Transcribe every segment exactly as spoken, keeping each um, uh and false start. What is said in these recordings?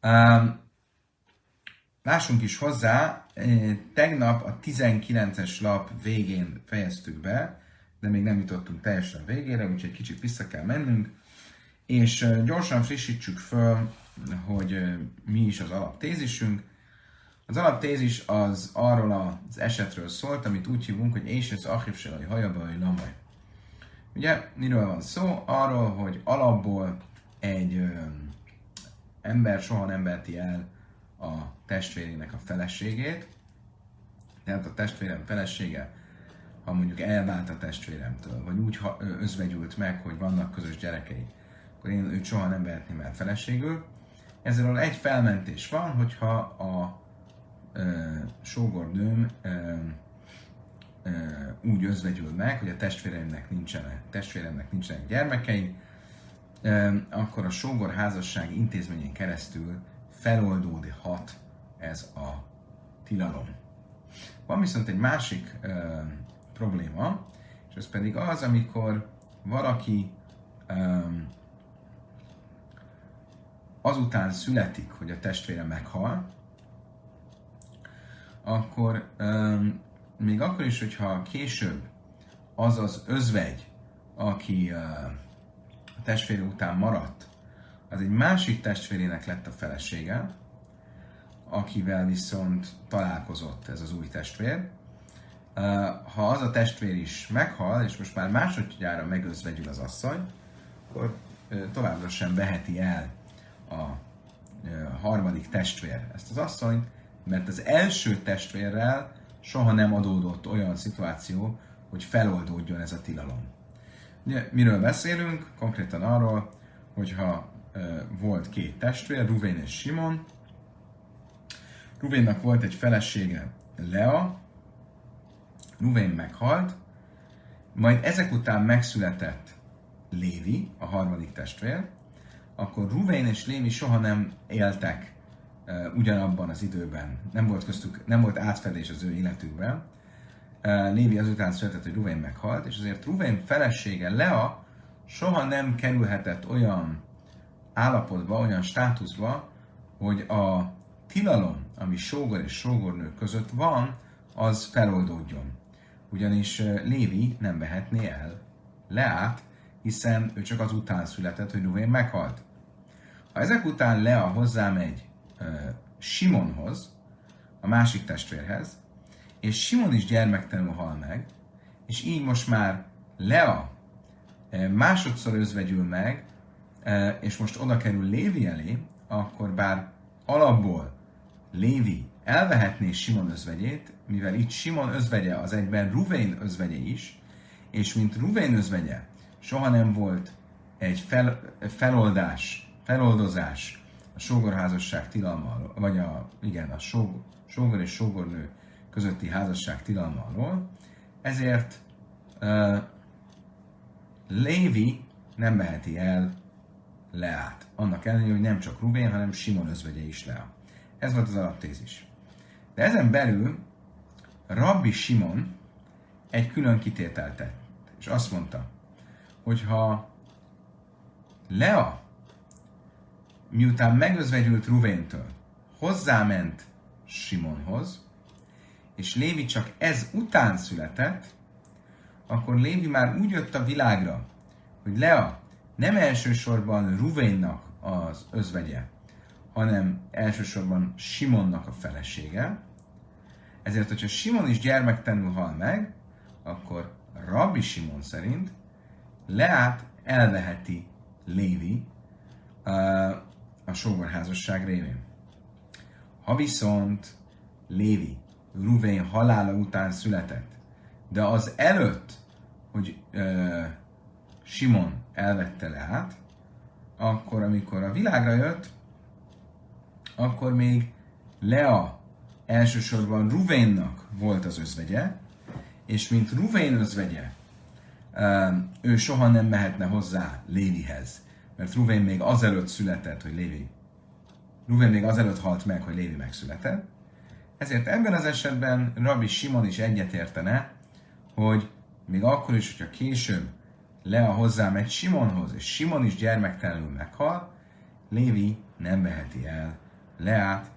Um, lássunk is hozzá, tegnap a tizenkilences lap végén fejeztük be, de még nem jutottunk teljesen végére, úgyhogy kicsit vissza kell mennünk, és gyorsan frissítsük föl, hogy mi is az alaptézisünk. Az alaptézis az arról az esetről szólt, amit úgy hívunk, hogy Éses Achivselai Hajabai Lamai. Ugye, miről van szó? Arról, hogy alapból egy ö, ember soha nem veheti el a testvérének a feleségét, tehát a testvérem felesége, ha mondjuk elvált a testvéremtől, vagy úgy ha, ö, özvegyült meg, hogy vannak közös gyerekei, akkor én őt soha nem vehetném el feleségül. Ezzel egy felmentés van, hogyha a ö, sógornőm ö, ö, úgy özvegyül meg, hogy a testvéremnek nincsenek, testvéremnek nincsenek gyermekei, ö, akkor a sógorházasság intézményén keresztül feloldódhat ez a tilalom. Van viszont egy másik ö, probléma, és ez pedig az, amikor valaki ö, azután születik, hogy a testvére meghal, akkor um, még akkor is, hogyha később az az özvegy, aki uh, a testvére után maradt, az egy másik testvérének lett a felesége, akivel viszont találkozott ez az új testvér. Uh, ha az a testvér is meghal, és most már másodjára megözvegyül az asszony, akkor uh, továbbra sem veheti el a harmadik testvér ezt az asszonyt, mert az első testvérrel soha nem adódott olyan szituáció, hogy feloldódjon ez a tilalom. Ugye, miről beszélünk? Konkrétan arról, hogyha e, volt két testvér, Ruvén és Simon. Ruvénnak volt egy felesége, Lea. Ruvén meghalt, majd ezek után megszületett Lévi, a harmadik testvér, akkor Ruvén és Lévi soha nem éltek uh, ugyanabban az időben. Nem volt köztük, nem volt átfedés az ő életükben. Uh, Lévi azután született, hogy Ruvén meghalt, és azért Ruvén felesége, Lea, soha nem kerülhetett olyan állapotba, olyan státuszba, hogy a tilalom, ami sógor és sógornő között van, az feloldódjon. Ugyanis uh, Lévi nem vehetné el Leát, hiszen ő csak azután született, hogy Ruvén meghalt. Ha ezek után Lea hozzámegy uh, Simonhoz, a másik testvérhez, és Simon is gyermektelenül hal meg, és így most már Lea uh, másodszor özvegyül meg, uh, és most oda kerül Lévi elé, akkor bár alapból Lévi elvehetné Simon özvegyét, mivel itt Simon özvegye az egyben Ruvén özvegye is, és mint Ruvén özvegye soha nem volt egy fel, feloldás, feloldozás a sógorházasság tilalmáról, vagy a, igen, a sógor, sógor és sógornő közötti házasság tilalmáról, ezért uh, Lévi nem veheti el Leát. Annak ellenére, hogy nem csak Ruvén, hanem Simon özvegye is Lea. Ez volt az alaptézis. De ezen belül Rabbi Simon egy külön kitételt tett, és azt mondta, hogyha Lea miután megözvegyült Ruvéntől, hozzáment Simonhoz, és Lévi csak ez után született, akkor Lévi már úgy jött a világra, hogy Lea nem elsősorban Ruvénnak az özvegye, hanem elsősorban Simonnak a felesége. Ezért, hogyha Simon is gyermektelenül hal meg, akkor Rabbi Simon szerint Leát elveheti Lévi uh, a sógorházasság révén. Ha viszont Lévi Ruvén halála után született, de az előtt, hogy uh, Simon elvette Leát, akkor amikor a világra jött, akkor még Lea elsősorban Ruvénnak volt az özvegye, és mint Ruvén özvegye, ő soha nem mehetne hozzá Lévihez, mert Ruvén még azelőtt született, hogy Lévi, Ruvén még azelőtt halt meg, hogy Lévi megszületett. Ezért ebben az esetben Rabbi Simon is egyetértene, hogy még akkor is, hogyha később Lea hozzámegy Simonhoz, és Simon is gyermektelenül meghal, Lévi nem veheti el Leát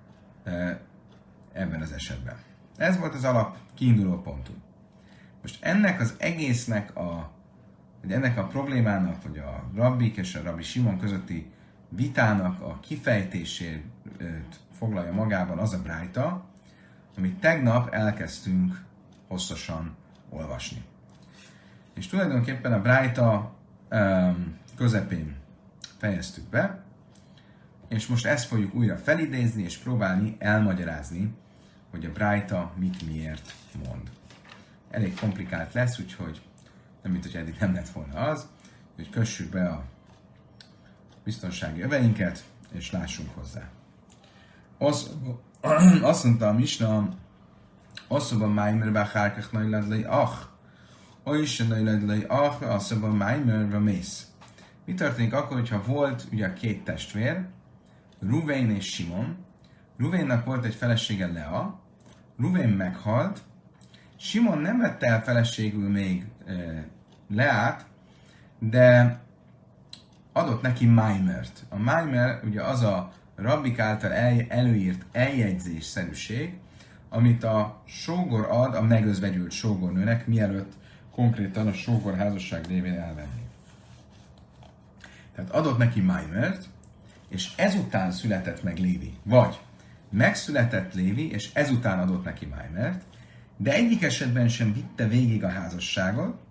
ebben az esetben. Ez volt az alap kiinduló pontunk. Most ennek az egésznek a, vagy ennek a problémának, vagy a rabbik és a rabbi Simon közötti vitának a kifejtését foglalja magában az a brájta, amit tegnap elkezdtünk hosszasan olvasni. És tulajdonképpen a brájta um, közepén fejeztük be, és most ezt fogjuk újra felidézni, és próbálni elmagyarázni, hogy a brájta mit miért mond. Elég komplikált lesz, úgyhogy nem mint hogy eddig nem lett volna az, hogy kössük be a biztonsági öveinket, és lássunk hozzá. Az, azt mondta a Misna, asszóban májmerbe hárkach nagyladlai ach, oly se nagyladlai ach, asszóban májmerbe mész. Mi történik akkor, hogyha volt ugye a két testvér, Ruvén és Simon. Ruvénnak volt egy felesége Lea, Ruvén meghalt, Simon nem vette el feleségül még e, Leát, de adott neki Májmert. A Májmer ugye az a rabbik által el, előírt eljegyzésszerűség, amit a sógor ad a megözvegyült sógornőnek, mielőtt konkrétan a sógor házasság révén elvenni. Tehát adott neki Májmert, és ezután született meg Lévi. Vagy megszületett Lévi, és ezután adott neki Májmert, de egyik esetben sem vitte végig a házasságot,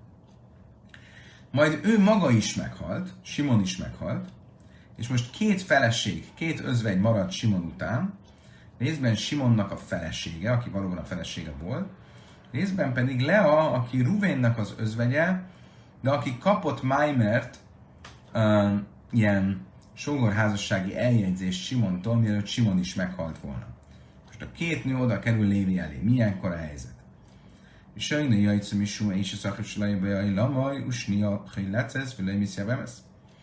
majd ő maga is meghalt, Simon is meghalt, és most két feleség, két özvegy maradt Simon után, részben Simonnak a felesége, aki valóban a felesége volt, részben pedig Lea, aki Ruvénnak az özvegye, de aki kapott Májmert, uh, ilyen sógorházassági eljegyzést Simontól, mielőtt Simon is meghalt volna. Most a két nő oda kerül Lévi elé. Milyenkor a helyzet? És sajnálja, jajtszom is suma, és a szakoslájba jaj, lamaj, usnia, hogy lecesz, fülejmiszja bemesz.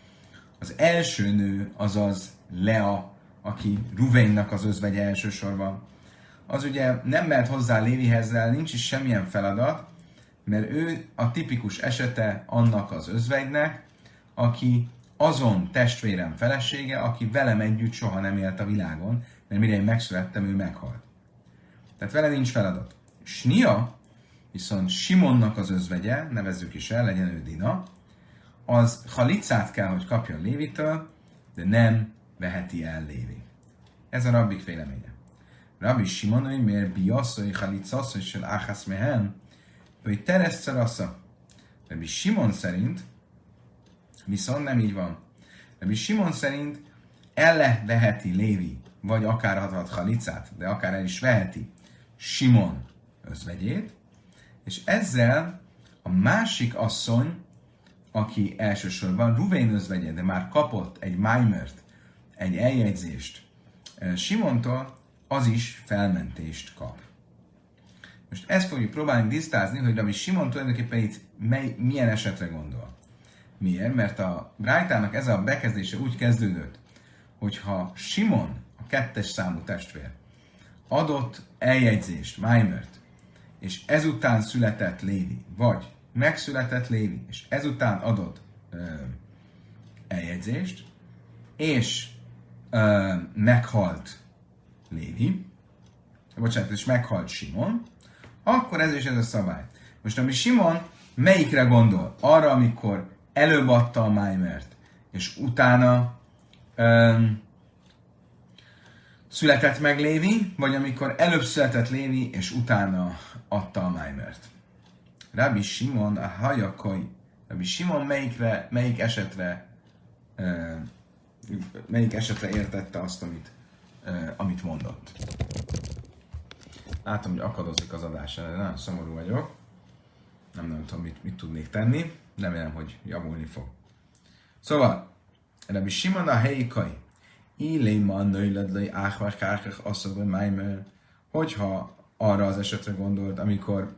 Az első nő, azaz Lea, aki Ruvénnak az özvegye elsősorban, az ugye nem mehet hozzá Lévihez, nincs is semmilyen feladat, mert ő a tipikus esete annak az özvegynek, aki azon testvérem felesége, aki velem együtt soha nem élt a világon, mert mire én megszülettem, ő meghalt. Tehát vele nincs feladat. Snia, viszont Simonnak az özvegye, nevezzük is el, legyen ő Dina, az halicát kell, hogy kapjon Lévitől, de nem veheti el Lévi. Ez a rabbik véleménye. Rabbi Simon, hogy miért biasszai halicaszai és áhász mehen, hogy tereszterasza. Rabbi Simon szerint viszont nem így van. Rabbi Simon szerint el veheti Lévi, vagy akár adhat halicát, de akár el is veheti Simon özvegyét, és ezzel a másik asszony, aki elsősorban Ruvén özvegye, de már kapott egy Májmert, egy eljegyzést Simontól, az is felmentést kap. Most ezt fogjuk próbálni tisztázni, hogy Rabbi Simon tulajdonképpen itt mely, milyen esetre gondol. Miért? Mert a brájtának ez a bekezdése úgy kezdődött, hogyha Simon, a kettes számú testvér, adott eljegyzést, Májmert, és ezután született Lévi, vagy megszületett Lévi, és ezután adott ö, eljegyzést, és ö, meghalt Lévi, bocsánat, és meghalt Simon, akkor ez is ez a szabály. Most ami Simon melyikre gondol? Arra, amikor előbb adta a Májmert, és utána öm, született meg Lévi, vagy amikor előbb született Lévi, és utána adta a Májmert. Rabbi Simon, a hajakaj, Rabbi Simon melyikre, melyik esetre öm, melyik esetre értette azt, amit, öm, amit mondott. Látom, hogy akadozik az adás, nagyon szomorú vagyok. Nem, nem tudom, mit, mit tudnék tenni. Remélem, hogy javulni fog. Szóval, Rabbi Simon a helyi kai. Iléman nőledlei áhvár kárkach asszabban májmer. Hogyha arra az esetre gondolt, amikor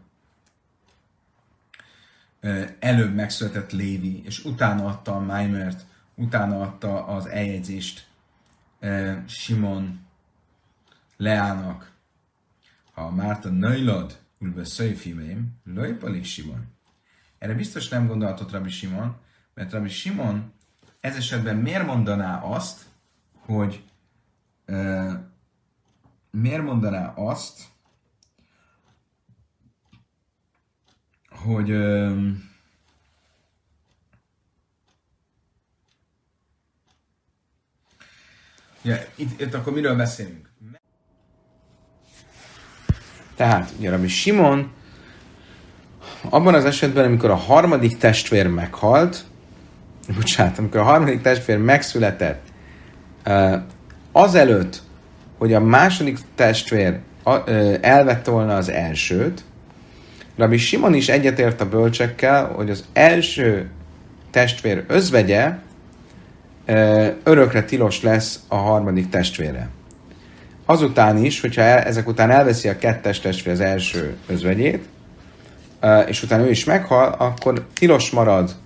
ö, előbb megszületett Lévi, és utána adta a Májmert, utána adta az eljegyzést ö, Simon Leának. Ha Márta nőlad, ülve szöjfimém, lőjpalik Simon. Erre biztos nem gondolhatott Rabbi Simon, mert Rabbi Simon ez esetben miért mondaná azt, hogy uh, miért mondaná azt, hogy uh, ja, itt, itt akkor miről beszélünk? Tehát, ugye Rabbi Simon abban az esetben, amikor a harmadik testvér meghalt, bocsánat, amikor a harmadik testvér megszületett, azelőtt, hogy a második testvér elvette volna az elsőt, Rabbi Simon is egyetért a bölcsekkel, hogy az első testvér özvegye örökre tilos lesz a harmadik testvére. Azután is, hogyha el, ezek után elveszi a kettes testvér az első özvegyét, és utána ő is meghal, akkor tilos marad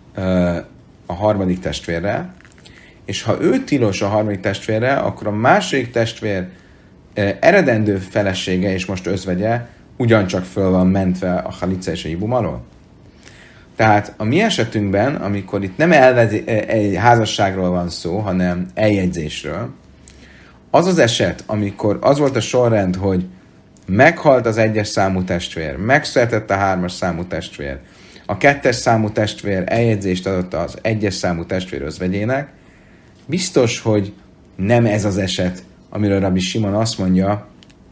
a harmadik testvérre, és ha ő tilos a harmadik testvérre, akkor a második testvér eredendő felesége és most özvegye ugyancsak föl van mentve a halica és a hibum alól. Tehát a mi esetünkben, amikor itt nem elvezi, egy házasságról van szó, hanem eljegyzésről, az az eset, amikor az volt a sorrend, hogy meghalt az egyes számú testvér, megszületett a hármas számú testvér, a kettes számú testvér eljegyzést adott az egyes számú testvér özvegyének, biztos, hogy nem ez az eset, amiről Rabbi Simon azt mondja,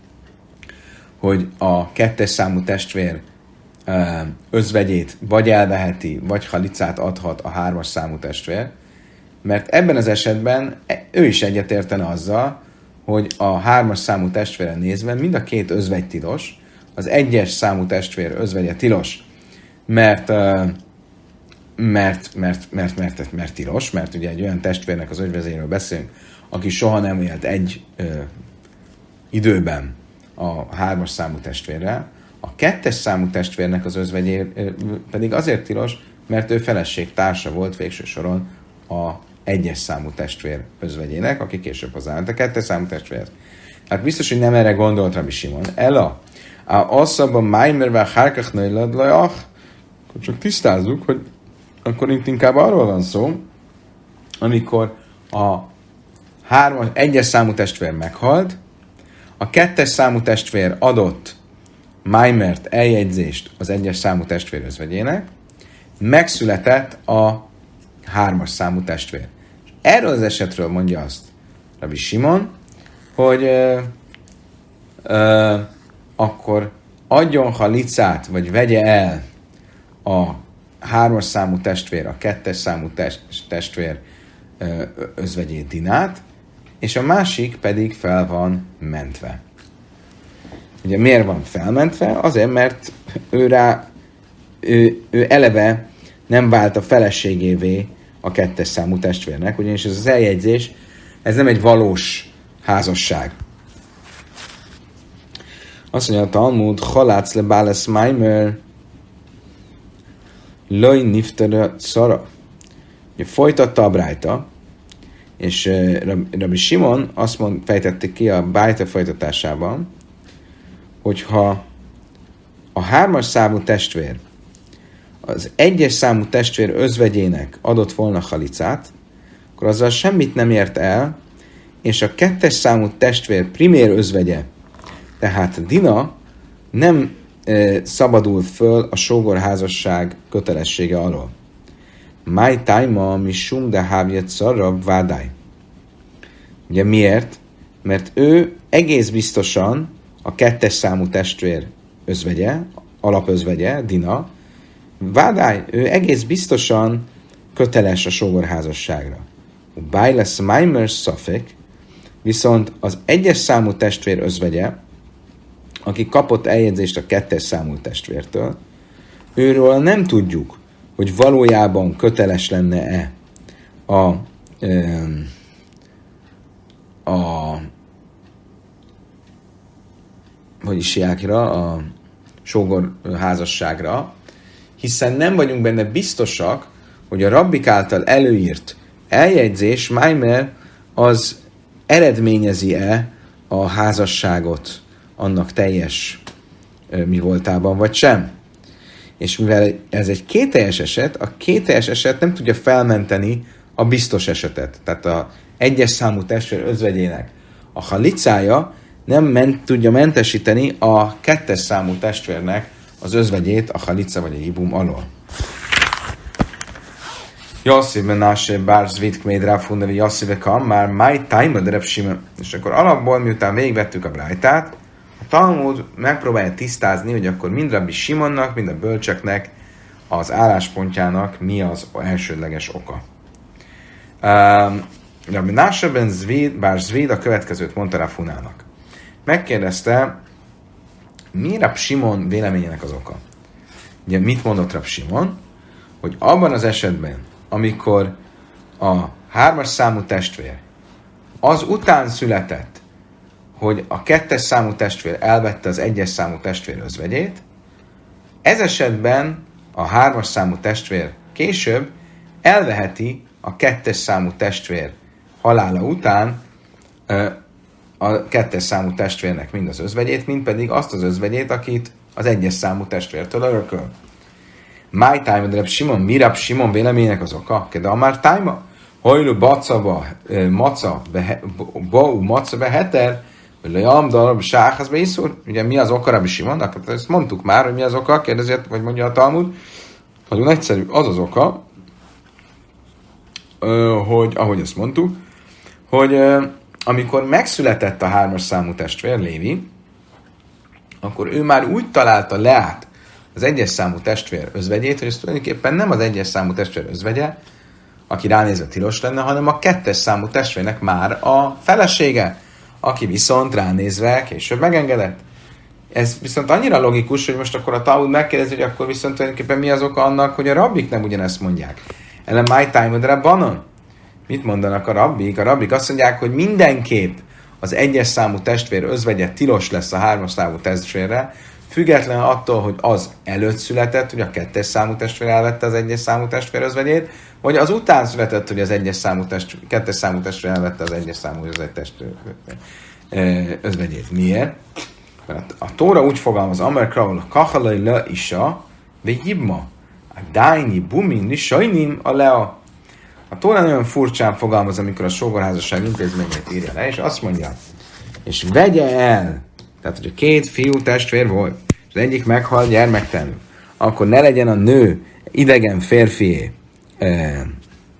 hogy a kettes számú testvér özvegyét vagy elveheti, vagy halicát adhat a hármas számú testvér, mert ebben az esetben ő is egyetértene azzal, hogy a hármas számú testvére nézve mind a két özvegy tilos, az egyes számú testvér özvegye tilos, mert, mert, mert, mert, mert, mert, mert tilos, mert ugye egy olyan testvérnek az özvegyéről beszélünk, aki soha nem élt egy ö, időben a hármas számú testvérrel, a kettes számú testvérnek az özvegyé pedig azért tilos, mert ő feleség társa volt végső soron a egyes számú testvér özvegyének, aki később hozzáállt a kettes számú testvér. Hát biztos, hogy nem erre gondolt Rabbi Simon. Ela, az abban májmervel hárkach nőled lajach, csak tisztázzuk, hogy akkor itt inkább arról van szó, amikor a hármas, egyes számú testvér meghalt, a kettes számú testvér adott májmert, eljegyzést az egyes számú testvér özvegyének, megszületett a hármas számú testvér. És erről az esetről mondja azt Rabbi Simon, hogy ö, ö, akkor adjon halicát, vagy vegye el a hármas számú testvér, a kettes számú testvér ö, özvegyét Dinát, és a másik pedig fel van mentve. Ugye miért van felmentve? Azért, mert ő, rá, ő, ő eleve nem vált a feleségévé a kettes számú testvérnek, ugyanis ez az eljegyzés, ez nem egy valós házasság. Azt mondja a Talmud, halátsz le bálesz májmer, löj niftere szara. Ugye folytatta a brájta, és Rabbi Simon azt mond, fejtette ki a brájta folytatásában, hogyha a hármas számú testvér az egyes számú testvér özvegyének adott volna halicát, akkor azzal semmit nem ért el, és a kettes számú testvér primér özvegye, tehát Dina nem e, szabadul föl a sógorházasság kötelessége alól. Máj tájma mi sum de hávjet szarra vádály. Ugye miért? Mert ő egész biztosan a kettes számú testvér özvegye, alapözvegye, Dina, vádály, ő egész biztosan köteles a sógorházasságra. Báj lesz májmer szafek, viszont az egyes számú testvér özvegye, aki kapott eljegyzést a kettes számú testvértől, őről nem tudjuk, hogy valójában köteles lenne-e a, a hogy is jákra, a sógor házasságra, hiszen nem vagyunk benne biztosak, hogy a rabbik által előírt eljegyzés, májmer, az eredményezi-e a házasságot annak teljes mi voltában, vagy sem. És mivel ez egy kételyes eset, a kételyes eset nem tudja felmenteni a biztos esetet. Tehát a egyes számú testvér özvegyének a halicája nem ment, tudja mentesíteni a kettes számú testvérnek az özvegyét a halica vagy a hibum alól. Jasszi Menashe bár Zvit Kméd Ráfundeli Jasszi Vekam már máj tájmad Reb Simon. És akkor alapból, miután végigvettük a brájtát, a Talmud megpróbálja tisztázni, hogy akkor mind Rabbi Simonnak, mind a bölcseknek az álláspontjának mi az elsődleges oka. Rabbi Menashe ben Zvid, bár Zvid a következőt mondta Ráfunának. Megkérdezte, mi Rab Simon véleményének az oka? Ugye mit mondott Rab Simon? Hogy abban az esetben, amikor a hármas számú testvér az után született, hogy a kettes számú testvér elvette az egyes számú testvér özvegyét, ez esetben a hármas számú testvér később elveheti a kettes számú testvér halála után a kettes számú testvérnek mind az özvegyét, mind pedig azt az özvegyét, akit az egyes számú testvértől örököl. My time, de Reb Simon, mi Reb Simon véleménynek az oka? De a már time, hajló bacaba, maca, bau maca beheter, lejam, darab, sáház beiszur. Ugye mi az oka Reb Simonnak? Ezt mondtuk már, hogy mi az oka, kérdezi, vagy mondja a Talmud. Nagyon egyszerű, az az oka, hogy, ahogy ezt mondtuk, hogy amikor megszületett a hármas számú testvér, Lévi, akkor ő már úgy találta Leát, az egyes számú testvér özvegyét, hogy ez tulajdonképpen nem az egyes számú testvér özvegye, aki ránézve tilos lenne, hanem a kettes számú testvérnek már a felesége, aki viszont ránézve később megengedett. Ez viszont annyira logikus, hogy most akkor a Talmud megkérdezi, hogy akkor viszont tulajdonképpen mi az oka annak, hogy a rabbik nem ugyanezt mondják. Ellen my time de rabbanon. Mit mondanak a rabbik? A rabbik azt mondják, hogy mindenképp az egyes számú testvér özvegye tilos lesz a hármas számú testvérre, független attól, hogy az előtt született, hogy a kettes számú testvér elvette az egyes számú testvér özvegyét, vagy az után született, hogy az egyes számú testvér, kettes számú testvér elvette az egyes számú testvér özvegyét. Miért? Mert a Tóra úgy fogalmaz, Amer Kraul, Kachalai le isa, ve jibma, a dájni bumin li sajnim a lea. A Tóra nagyon furcsán fogalmaz, amikor a sógorházasság intézményét írja le, és azt mondja, és vegye el, tehát, hogy a két fiú testvér volt, és az egyik meghal gyermektelenül, akkor ne legyen a nő idegen férfié, eh, eh,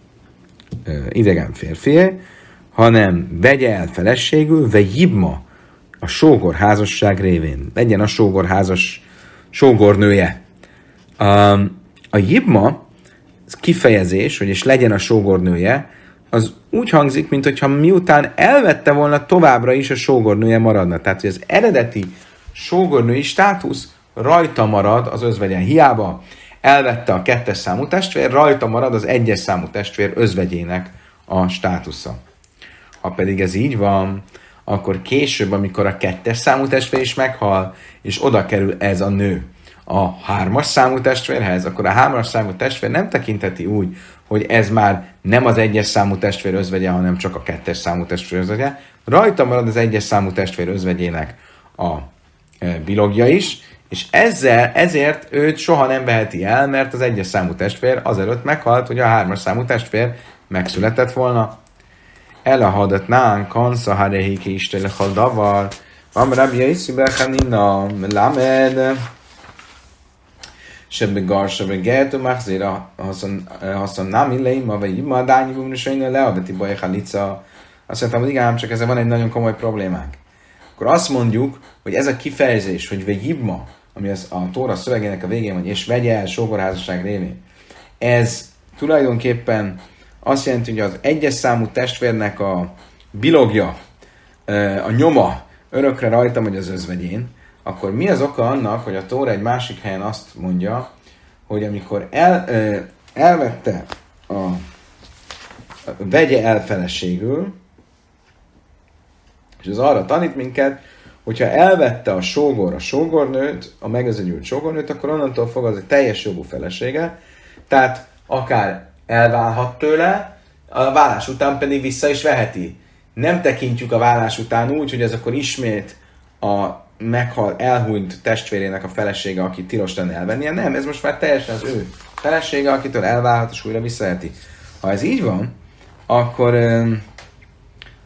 idegen férfié, hanem vegye el feleségül, ve jibma a sógorházasság révén. Legyen a sógorházas sógornője. Um, a jibma kifejezés, hogy és legyen a sógornője, az úgy hangzik, mintha miután elvette volna, továbbra is a sógornője maradna. Tehát, hogy az eredeti sógornői státusz rajta marad az özvegyen. Hiába elvette a kettes számú testvér, rajta marad az egyes számú testvér özvegyének a státusza. Ha pedig ez így van, akkor később, amikor a kettes számú testvér is meghal, és oda kerül ez a nő a hármas számú testvérhez, akkor a hármas számú testvér nem tekintheti úgy, hogy ez már nem az egyes számú testvér özvegye, hanem csak a kettes számú testvér özvegye. Rajta marad az egyes számú testvér özvegyének a e, bilogja is, és ezzel, ezért őt soha nem veheti el, mert az egyes számú testvér azelőtt meghalt, hogy a hármas számú testvér megszületett volna. Elahadatnán, kansza harehiki istelechal davar, van rabja iszibechanina, lamed, sebbe garsa, be gertu, machzira, haszon námi leima, vagy ima a dányi bumnusajna leabeti baj halica. Azt mondtam, hogy igen, csak ezzel van egy nagyon komoly problémánk. Akkor azt mondjuk, hogy ez a kifejezés, hogy ve jibma, ami az a Tóra szövegének a végén van, és vegye el sógorházasság révén, ez tulajdonképpen azt jelenti, hogy az egyes számú testvérnek a bilogja, a nyoma örökre rajta vagy az özvegyén, akkor mi az oka annak, hogy a Tóra egy másik helyen azt mondja, hogy amikor el, elvette a, a vegye el feleségül, és az arra tanít minket, hogyha elvette a sógor a sógornőt, a megözvegyült sógornőt, akkor onnantól fog az egy teljes jogú felesége, tehát akár elválhat tőle, a vállás után pedig vissza is veheti. Nem tekintjük a vállás után úgy, hogy ez akkor ismét a meghal, elhunyt testvérének a felesége, aki tilos lenne elvennie. Nem, ez most már teljesen az ő felesége, akitől elválhat és újra visszaheti. Ha ez így van, akkor,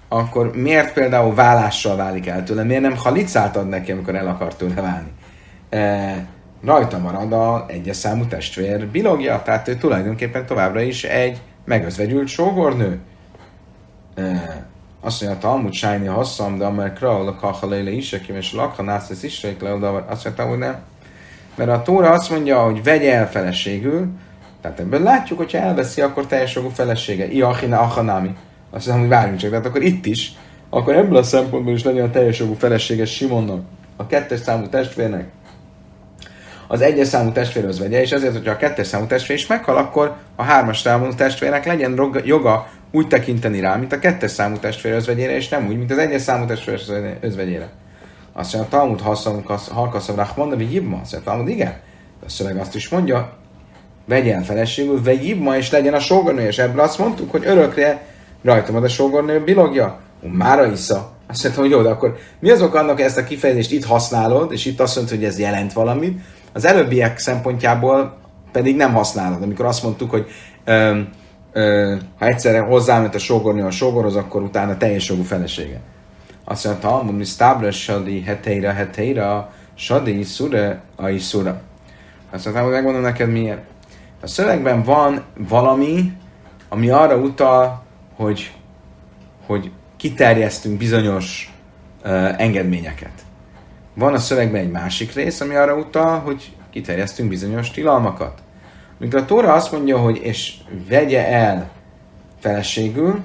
akkor miért például vállással válik el tőle? Miért nem halicát ad neki, amikor el akar tőle válni? E, rajta marad a egyes számú testvér bilogja, tehát ő tulajdonképpen továbbra is egy megözvegyült sógornő. E, azt mondja, a Talmud sájni hosszam, de amely kraul a kachaléle is, aki és lakhanász, ez is le, de azt mondta, hogy nem. Mert a Tóra azt mondja, hogy vegye el feleségül, tehát ebből látjuk, hogyha elveszi, akkor teljes jogú felesége. Iachina achanámi. Azt hiszem, hogy várjunk csak. Tehát akkor itt is, akkor ebből a szempontból is legyen a teljes jogú felesége Simonnak, a kettes számú testvérnek, az egyes számú testvérhöz vegye, és azért, hogyha a kettes számú testvér is meghal, akkor a hármas számú testvérnek legyen joga úgy tekinteni rá, mint a kettes számú testvér özvegyére, és nem úgy, mint az egyes számú testvér özvegyére. Azt mondja, a Talmud halkaszav rachmanda, vagy hibma. Azt mondja, a Talmud igen. A szöveg azt is mondja, vegyen feleségül, vagy hibma, és legyen a sógornő, és ebből azt mondtuk, hogy örökre rajta van a sógornő bilogja. Mára isza. Azt mondta, hogy jó, de akkor mi azok annak, hogy ezt a kifejezést itt használod, és itt azt mondod, hogy ez jelent valamit, az előbbiek szempontjából pedig nem használod. Amikor azt mondtuk, hogy ö, ö, ha egyszerre hozzáment a sógornő a sógorhoz, akkor utána teljes jogú felesége. Azt mondta, Talmud, mi sztábra, sadi, heteira, heteira, sadi, iszura, a iszura. Azt mondta, hogy megmondom neked miért. A szövegben van valami, ami arra utal, hogy, hogy kiterjesztünk bizonyos uh, engedményeket. Van a szövegben egy másik rész, ami arra utal, hogy kiterjesztünk bizonyos tilalmakat. Amikor a Tóra azt mondja, hogy és vegye el feleségül,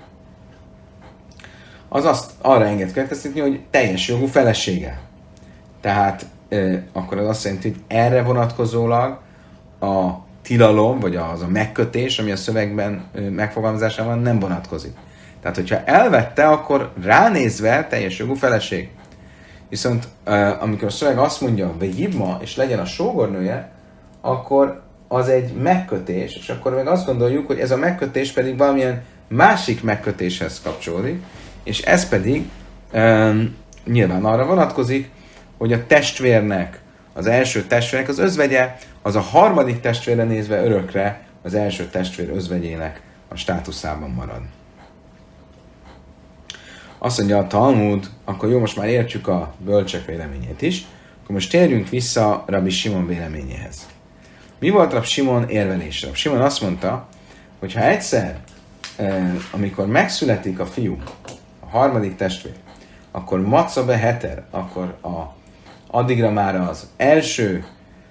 az azt arra enged következtetni, hogy teljes jogú felesége. Tehát euh, akkor az azt jelenti, hogy erre vonatkozólag a tilalom, vagy az a megkötés, ami a szövegben euh, megfogalmazásában nem vonatkozik. Tehát, hogyha elvette, akkor ránézve teljes jogú feleség. Viszont uh, amikor a szöveg azt mondja, hogy hibma, és legyen a sógornője, akkor az egy megkötés, és akkor meg azt gondoljuk, hogy ez a megkötés pedig valamilyen másik megkötéshez kapcsolódik, és ez pedig um, nyilván arra vonatkozik, hogy a testvérnek, az első testvérnek az özvegye, az a harmadik testvérre nézve örökre az első testvér özvegyének a státuszában marad. Azt mondja a Talmud, akkor jó, most már értjük a bölcsek véleményét is, akkor most térjünk vissza Rabbi Simon véleményéhez. Mi volt Rabbi Simon érvelése? Rabbi Simon azt mondta, hogy ha egyszer, eh, amikor megszületik a fiú, a harmadik testvér, akkor maca be heter, akkor a, addigra már az első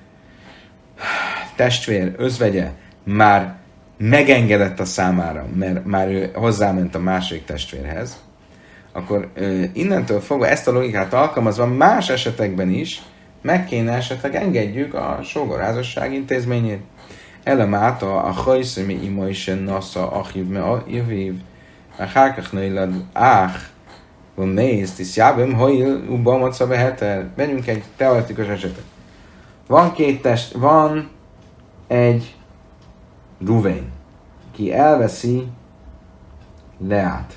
testvér özvegye már megengedett a számára, mert már ő hozzáment a második testvérhez, akkor ö, innentől fogva ezt a logikát alkalmazva más esetekben is meg kéne esetleg engedjük a sógorházasság intézményét. Elemáta a hajszemi ima is nasza achiv me a jövív, a hárkach nőled ách, van néz, tisz jábem, hajl, ubba maca beheter. Menjünk egy teoretikus esetet. Van két test, van egy Ruvén, ki elveszi Leát.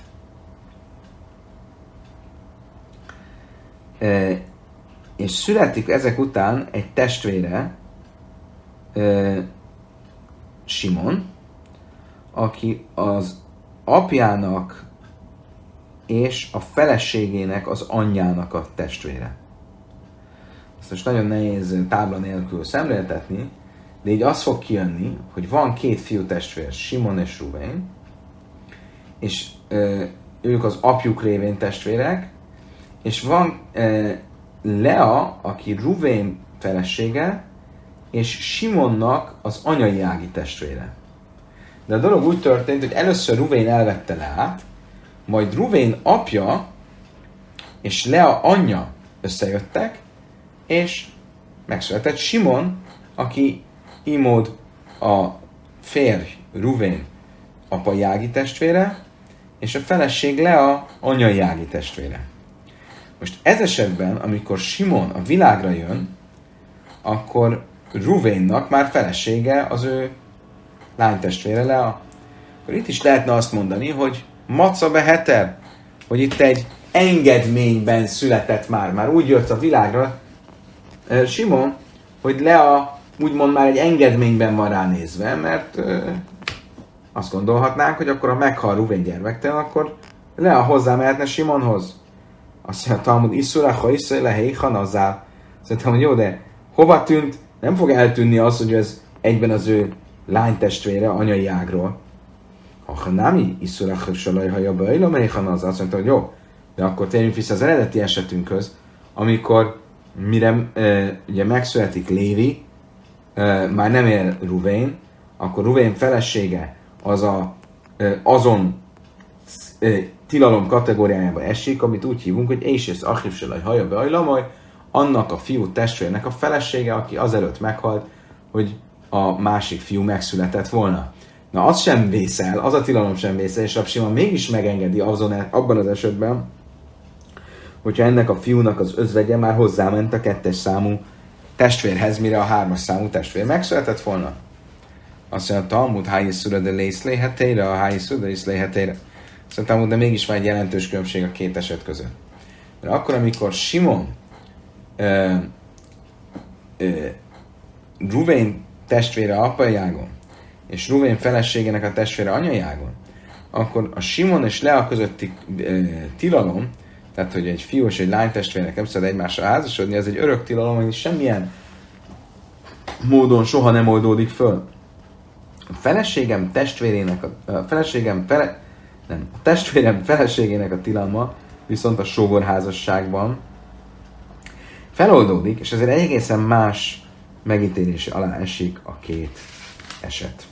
E, és születik ezek után egy testvére, e, Simon, aki az apjának és a feleségének, az anyjának a testvére. Ezt most nagyon nehéz tábla nélkül szemléltetni, de így az fog kijönni, hogy van két fiú testvér, Simon és Ruvén, és e, ők az apjuk révén testvérek, és van e, Lea, aki Ruvén felesége, és Simonnak az anyai ági testvére. De a dolog úgy történt, hogy először Ruvén elvette Leát, majd Ruvén apja és Lea anyja összejöttek, és megszületett Simon, aki ímód a férj Ruvén apai ági testvére, és a feleség Lea anyai ági testvére. Most ez esetben, amikor Simon a világra jön, akkor Ruvénnak már felesége az ő lánytestvére Lea. Akkor itt is lehetne azt mondani, hogy maca be heter, hogy itt egy engedményben született már, már úgy jött a világra Simon, hogy Lea úgymond már egy engedményben van ránézve, mert ö, azt gondolhatnánk, hogy akkor ha meghal Ruvén gyermektelen, akkor Lea hozzá mehetne Simonhoz. Azt mondja, Talmud, iszura, ha iszura, lehéjhan azzál. Szerintem, hogy jó, de hova tűnt? Nem fog eltűnni az, hogy ez egyben az ő lánytestvére, anyai ágról. Ha nem, iszura, ha haja bajlom, lehéjhan azzal. Azt mondta, hogy jó, de akkor térjünk vissza az eredeti esetünkhöz, amikor mire e, ugye megszületik Lévi, e, már nem él Ruvén, akkor Ruvén felesége az a, e, azon e, tilalom kategóriájába esik, amit úgy hívunk, hogy Ésész Achivselaj haja beajlamaj, annak a fiú testvérnek a felesége, aki azelőtt meghalt, hogy a másik fiú megszületett volna. Na, az sem vészel, az a tilalom sem vészel, és Rav Simon mégis megengedi azon, abban az esetben, hogyha ennek a fiúnak az özvegye már hozzáment a kettes számú testvérhez, mire a hármas számú testvér megszületett volna. Azt mondja, Talmud, hájiszura de lészléhetére, a hájiszura de lészléhetére. Azt mondja, de mégis van egy jelentős különbség a két eset között. Mert akkor, amikor Simon ö, ö, Ruvén testvére apai ágon, és Ruvén feleségének a testvére anyai ágon, akkor a Simon és Lea közötti ö, tilalom, tehát, hogy egy fiú és egy lány testvérnek nem szabad egymással házasodni, ez egy örök tilalom, hogy semmilyen módon soha nem oldódik föl. A feleségem testvérének a, a feleségem fele, nem, a testvérem feleségének a tilalma viszont a sógorházasságban feloldódik, és ezért egy egészen más megítélése alá esik a két eset.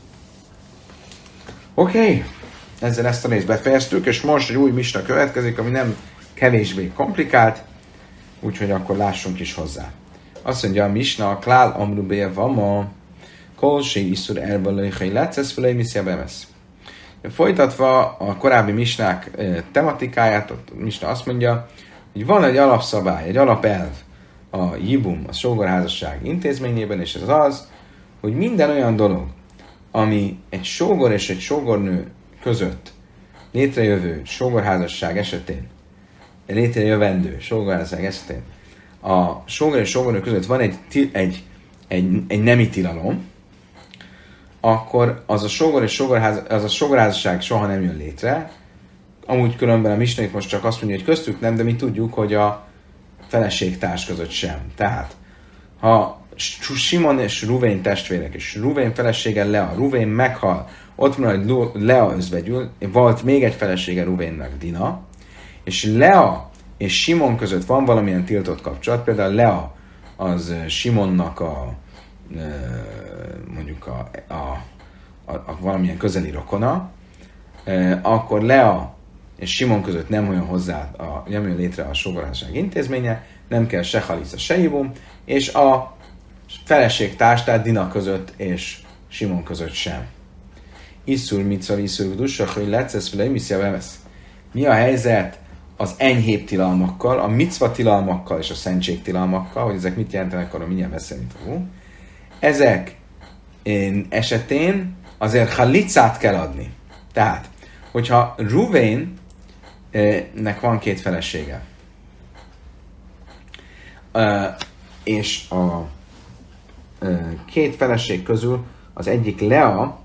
Oké, okay. Ezzel ezt a részt befejeztük, és most egy új misna következik, ami nem kevésbé komplikált, úgyhogy akkor lássunk is hozzá. Azt mondja a misna, a klál amrubé vama, kolsé iszur erbalőhely lecesz felé miszja bemesz. Folytatva a korábbi misnák tematikáját, a misna azt mondja, hogy van egy alapszabály, egy alapelv a jibum, a sógorházasság intézményében, és ez az, hogy minden olyan dolog, ami egy sógor és egy sógornő között létrejövő sógorházasság esetén, létrejövendő sógorházasság esetén, a sógor és sógornő között van egy, egy, egy, egy nemi tilalom, akkor az a sógor és sógorház, az a sógorházasság soha nem jön létre. Amúgy különben a misna most csak azt mondja, hogy köztük nem, de mi tudjuk, hogy a feleségtárs között sem. Tehát, ha Simon és Ruvén testvérek, és Ruvén felesége Lea, Ruvén meghal, ott van, hogy Lea özvegyül, volt még egy felesége Ruvénnek, Dina, és Lea és Simon között van valamilyen tiltott kapcsolat, például Lea az Simonnak a mondjuk a, a, a, a valamilyen közeli rokona, akkor Lea és Simon között nem olyan hozzá, a, nem jön létre a sógorházasság intézménye, nem kell se halica, se jibum, és a feleségtárs, tehát Dina között és Simon között sem. Iszur mitzor, iszur dussa, hogy lecesz vele, miszja vemesz. Mi a helyzet az enyhébb tilalmakkal, a micva tilalmakkal és a szentség tilalmakkal, hogy ezek mit jelentenek, arra mindjárt beszélni fogunk. Ezek esetén azért halicát kell adni. Tehát, hogyha Ruvénnek van két felesége, és a két feleség közül az egyik Lea,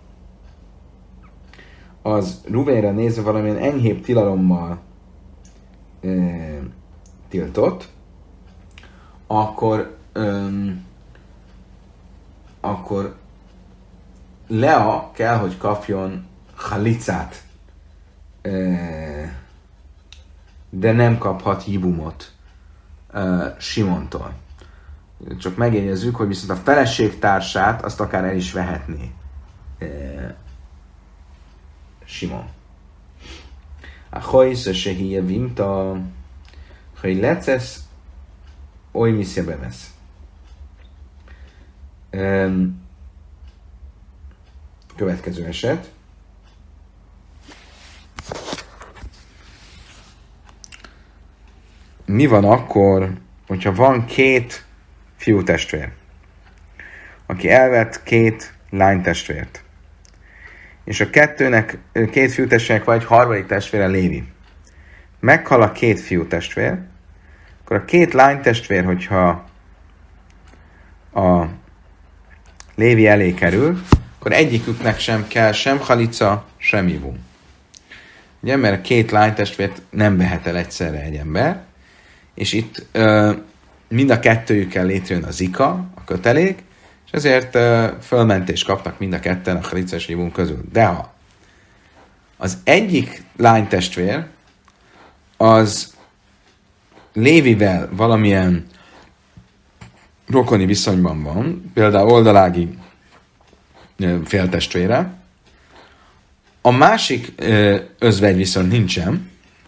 az Ruvénre nézve valamilyen enyhébb tilalommal tiltott, akkor öm, akkor Lea kell, hogy kapjon halicát, de nem kaphat jibumot Simontól. Csak megjegyezzük, hogy viszont a feleségtársát azt akár el is vehetné Simon. A hojsz se híje vimta, hogy lecesz, oly miszja bevesz. Következő eset. Mi van akkor, hogyha van két fiú testvér, aki elvett két lány testvért, és a kettőnek, két fiú testvérnek vagy egy harmadik testvére Lévi. Meghal a két fiú testvér, akkor a két lány testvér, hogyha a Lévi elé kerül, akkor egyiküknek sem kell sem halica, sem jibum. ugye, mert a két lánytestvért nem vehet el egyszerre egy ember, és itt ö, mind a kettőjükkel létrejön a zika, a kötelék, és ezért ö, fölmentést kapnak mind a ketten a Halitza és Jibum közül. De ha az egyik lánytestvér az Lévivel valamilyen rokoni viszonyban van, például oldalági féltestvére, a másik özvegy viszont nincsen,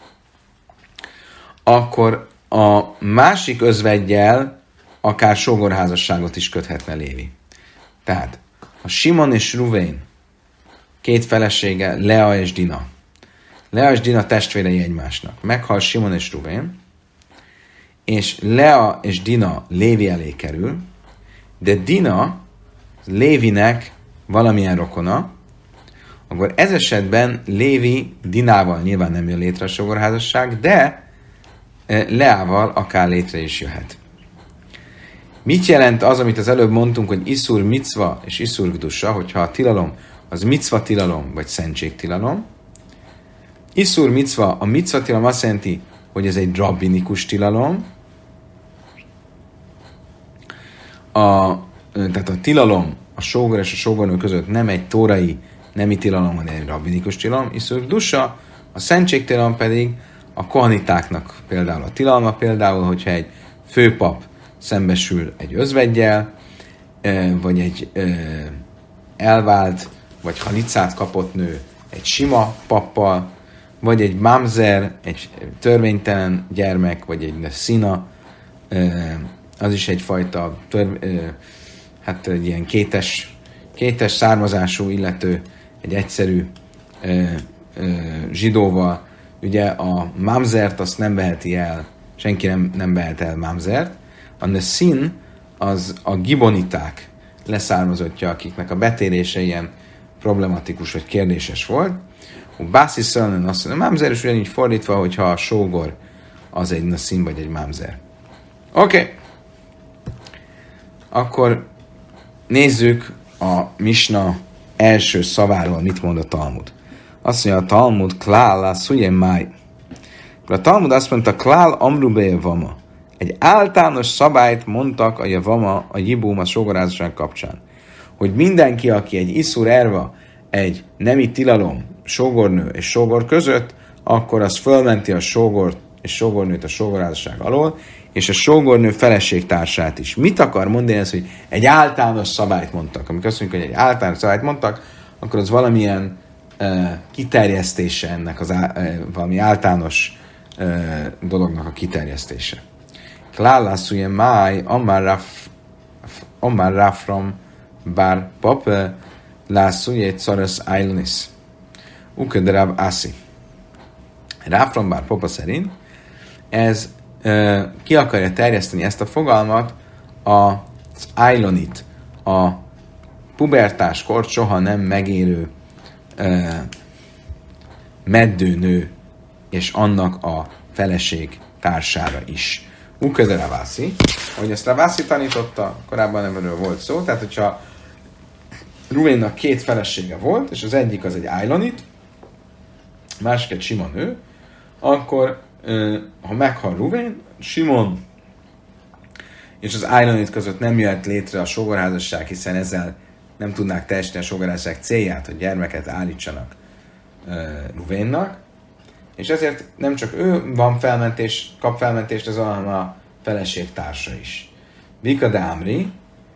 akkor a másik özveggyel akár sógorházasságot is köthetne Lévi. Tehát a Simon és Ruvén két felesége, Lea és Dina. Lea és Dina testvérei egymásnak. Meghal Simon és Ruvén, és Lea és Dina Lévi elé kerül, de Dina Lévinek valamilyen rokona, akkor ez esetben Lévi Dinával nyilván nem jön létre a sógorházasság, de Leával akár létre is jöhet. Mit jelent az, amit az előbb mondtunk, hogy iszur micva és iszur gdusa, hogyha a tilalom az micva tilalom vagy szentség tilalom? Iszur micva, a micva tilalom azt jelenti, hogy ez egy rabbinikus tilalom. A, tehát a tilalom a sógor és a sógornő között nem egy tórai nemi tilalom, hanem egy rabbinikus tilalom. Iszur gdusa, a szentség tilalom pedig a kohanitáknak például a tilalma, például, hogyha egy főpap szembesül egy özveggyel, vagy egy elvált, vagy halicát kapott nő egy sima pappal, vagy egy mamzer, egy törvénytelen gyermek, vagy egy szina, az is egyfajta tör, hát egy ilyen kétes, kétes származású illető, egy egyszerű zsidóval. Ugye a mamzert azt nem veheti el, senki nem, nem vehet el mamzert. A neszin az a giboniták leszármazottja, akiknek a betérése ilyen problematikus vagy kérdéses volt. A bászi szölnen azt mondja, a mamzer is ugyanígy fordítva, hogyha a sógor az egy neszin vagy egy mamzer. Oké. Okay. Akkor nézzük a Misna első szaváról, mit mond a Talmud. Azt mondja a Talmud, klál a szuje máj. A Talmud azt mondta, klál amrube javama. Egy általános szabályt mondtak a javama, a jibum, a sógorházasság kapcsán. Hogy mindenki, aki egy iszur erva, egy nemi tilalom, sógornő és sógor között, akkor az fölmenti a sógort és sógornőt a sógorházasság alól, és a sógornő feleségtársát is. Mit akar mondani ez, hogy egy általános szabályt mondtak? Amikor azt mondjuk, hogy egy általános szabályt mondtak, akkor az valamilyen uh, kiterjesztése ennek az á, uh, valami általános uh, dolognak a kiterjesztése. Klálászúje máj, amár ráfram bár pape lászúje szarasz ájlonis. Uköderáb ászi. Ráfram bár papa szerint ez uh, ki akarja terjeszteni ezt a fogalmat az ájlonit, a pubertáskort soha nem megérő uh, meddőnő és annak a feleség társára is. Uköde Ravászi, ahogy ezt Ravászi tanította, korábban nem erről volt szó, tehát hogyha Ruvénnak két felesége volt, és az egyik az egy ájlonit, másik egy sima nő, akkor ha meghal Ruvén, Simon és az ájlonit között nem jöhet létre a sógorházasság, hiszen ezzel nem tudnák teljesíteni a sógorházasság célját, hogy gyermeket állítsanak Ruvénnak, és ezért nem csak ő van felmentés, kap felmentést, az hanem a feleség társa is. Vika de Amri,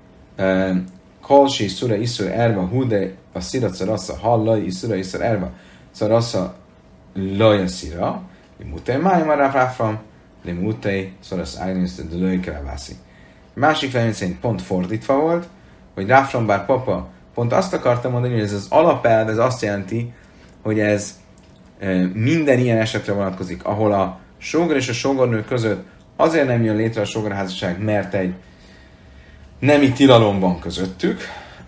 Kolsi szura iszur erva hude a szira szarasza hallai iszura iszur erva szarasza laja szira, limutei májma ráfráfram, limutei szarasz ájlinisz de lőjke rávászi. Másik felmény szerint pont fordítva volt, hogy Ráfram bár papa pont azt akarta mondani, hogy ez az alapelv, ez azt jelenti, hogy ez minden ilyen esetre vonatkozik, ahol a sógor és a sógornő között azért nem jön létre a sógorházasság, mert egy nemi tilalom van közöttük,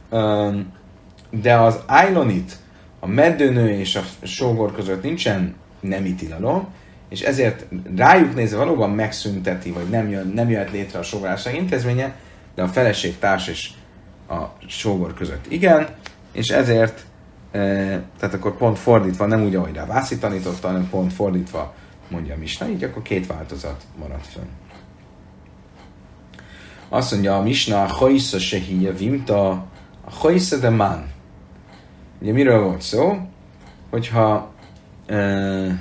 de az ájlonit, a meddőnő és a sógor között nincsen nemi tilalom, és ezért rájuk nézve valóban megszünteti, vagy nem, jön, nem jöhet létre a sógorházasság intézménye, de a feleség társ és a sógor között igen, és ezért tehát akkor pont fordítva, nem úgy, ahogy Rávászi tanította, hanem pont fordítva mondja a Misna, így akkor két változat marad fönn. Azt mondja a Misna, a hajsza se híja vimta, a hajsza de man. Ugye miről volt szó? Hogyha uh,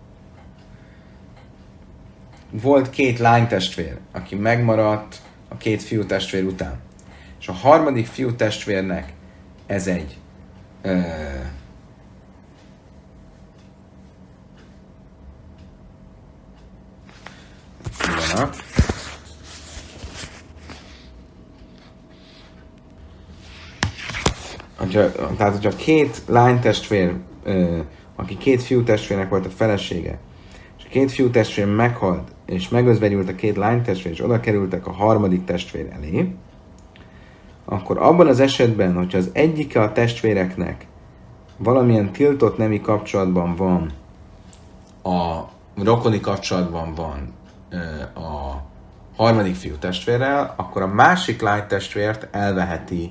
volt két lánytestvér, aki megmaradt a két fiú testvér után, és a harmadik fiú testvérnek ez egy uh, pillanat. Tehát, hogyha két lánytestvér, aki két fiú testvérnek volt a felesége, és a két fiú testvér meghalt, és megözvegyült a két lánytestvér, és oda kerültek a harmadik testvér elé, akkor abban az esetben, hogyha az egyike a testvéreknek valamilyen tiltott nemi kapcsolatban van, a rokoni kapcsolatban van a harmadik fiú testvérrel, akkor a másik lánytestvért elveheti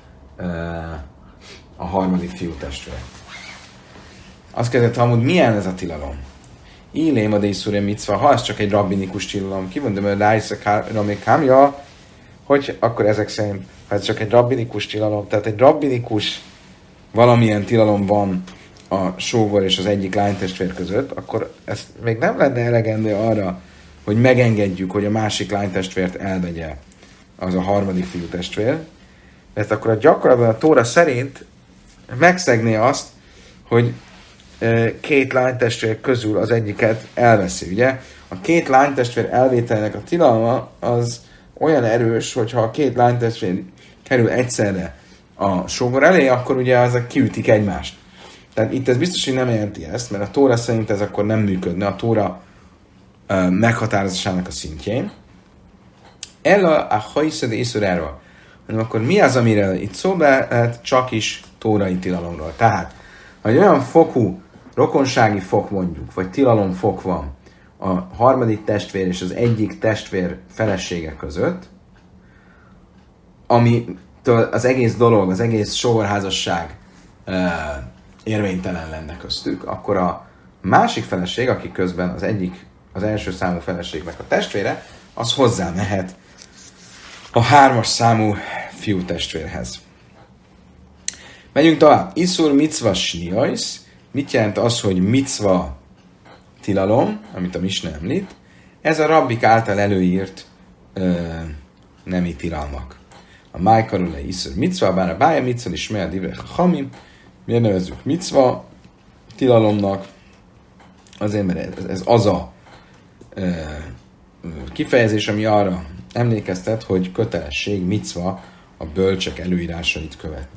a harmadik fiú testvér. Azt kérdezett, amúgy milyen ez a tilalom? Illém a dészúré micva, ha ez csak egy rabbinikus tilalom, kivondom, hogy rájszakámja, hogy akkor ezek szerint, ha ez csak egy rabbinikus tilalom, tehát egy rabbinikus valamilyen tilalom van a sógor és az egyik lánytestvér között, akkor ez még nem lenne elegendő arra, hogy megengedjük, hogy a másik lánytestvért elvegye az a harmadik fiú testvér, mert akkor a gyakorlatban a Tóra szerint megszegné azt, hogy két lánytestvér közül az egyiket elveszi. Ugye? A két lánytestvér elvételének a tilalma az olyan erős, hogyha a két lánytestvér kerül egyszerre a sógor elé, akkor ugye azok kiütik egymást. Tehát itt ez biztos, hogy nem jelenti ezt, mert a Tóra szerint ez akkor nem működne, a Tóra uh, meghatározásának a szintjén. Ella a hajszed észüráról. Hanem akkor mi az, amire itt szó lehet, csak is tórai tilalomról. Tehát, ha egy olyan fokú, rokonsági fok mondjuk, vagy tilalomfok van a harmadik testvér és az egyik testvér felesége között, amitől az egész dolog, az egész sógorházasság uh, érvénytelen lenne köztük, akkor a másik feleség, aki közben az egyik, az első számú feleségnek a testvére, az hozzá mehet a hármas számú fiú testvérhez. Megyünk tovább. Iszur micva sniajsz. Mit jelent az, hogy micva tilalom, amit a Misna említ? Ez a rabbik által előírt ö, nemi tilalmak. A májkarule iszur micva, bár a bája micva is mely a divrech a hamim. Miért nevezzük micva tilalomnak? Azért, mert ez, ez az a ö, kifejezés, ami arra emlékeztet, hogy kötelesség micva a bölcsek előírásait követni.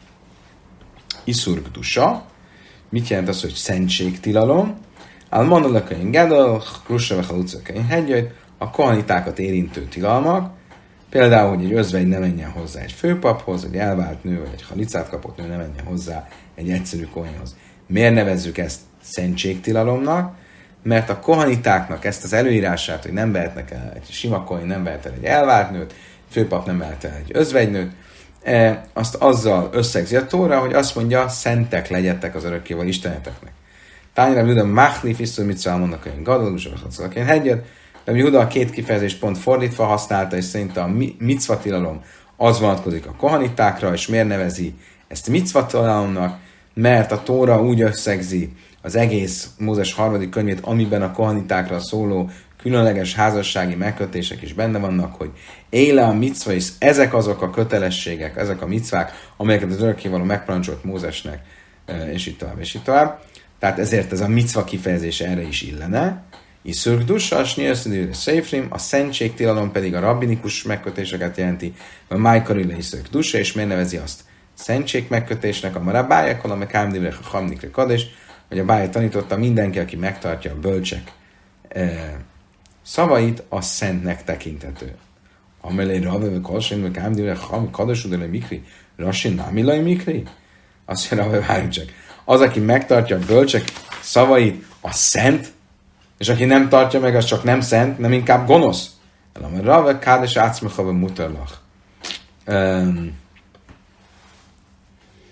Iszur gdusa. Mit jelent az, hogy szentségtilalom? Almanolakain gadol, krusa vechalucakain hegyöjt, a kohanitákat érintő tilalmak, például, hogy egy özvegy ne menjen hozzá egy főpaphoz, egy elvált nő, vagy egy halicát kapott nő ne menjen hozzá egy egyszerű kohenhoz. Miért nevezzük ezt szentségtilalomnak? Mert a kohanitáknak ezt az előírását, hogy nem vehetnek el egy sima kohén, nem vehet el egy elvált nőt, főpap nem vehet el egy özvegynőt, e, azt azzal összegzi a Tóra, hogy azt mondja, szentek legyetek az örökkéval Isteneteknek. Tányra Juda Machlif iszur micva mondnak, hogy gadolus, vagy én hegyet, de Juda a két kifejezést pont fordítva használta, és szerint a micva tilalom az vonatkozik a kohanitákra, és miért nevezi ezt micva tilalomnak? Mert a Tóra úgy összegzi az egész Mózes harmadik könyvét, amiben a kohanitákra szóló különleges házassági megkötések is benne vannak, hogy éle a micva, és ezek azok a kötelességek, ezek a micvák, amelyeket az örökkévaló megparancsolt Mózesnek, és így tovább, és így tovább. Tehát ezért ez a micva kifejezés erre is illene. Iszur gdusa, snyőszidőre széfrim, a szentségtilalom pedig a rabbinikus megkötéseket jelenti, a májkarille iszur gdusa, és miért nevezi azt szentség megkötésnek, a marabályakon, a mekámdivre a hamnikre kadés, hogy a bája tanította, mindenki, aki megtartja a bölcsek e, szavait, az szentnek tekintető. Amelé rabbe, vagy kalsén, vagy kámdivre a hamnik kadés, udele mikri, rassin námilai mikri? Azt mondja, rabbe, várjunk csak. Az, aki megtartja a bölcsek szavait, a szent, és aki nem tartja meg, az csak nem szent, nem inkább gonosz. Elam rabbe, kádes átszmechave muterlach.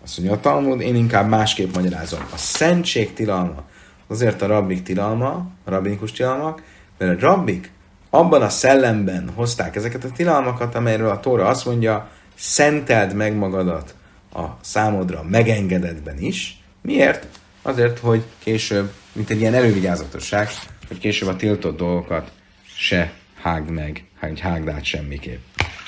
Azt mondja a Talmud, én inkább másképp magyarázom. A szentség tilalma, azért a rabbik tilalma, a rabbinikus tilalmak, mert a rabbik abban a szellemben hozták ezeket a tilalmakat, amelyről a Tóra azt mondja, szenteld meg magadat a számodra megengedetben is. Miért? Azért, hogy később, mint egy ilyen elővigyázatosság, hogy később a tiltott dolgokat se hágd meg, hogy hágd át semmiképp.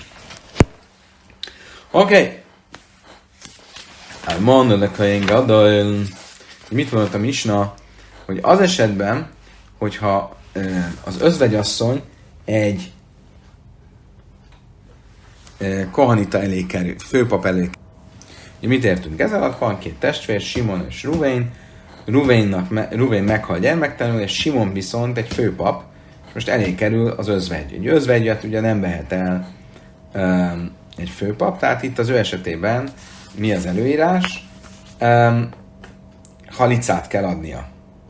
Oké. Okay. Mondanak a én gadol. Mit mondott a Misna? Hogy az esetben, hogyha az özvegyasszony egy kohanita elé kerül, főpap elé. Mit értünk ez alatt? Van két testvér, Simon és Ruvén. Ruvénnak, Ruvén meghal gyermektelenül, és Simon viszont egy főpap, és most elé kerül az özvegy. Egy özvegyet ugye nem vehet el um, egy főpap, tehát itt az ő esetében mi az előírás? Um, halicát kell adnia.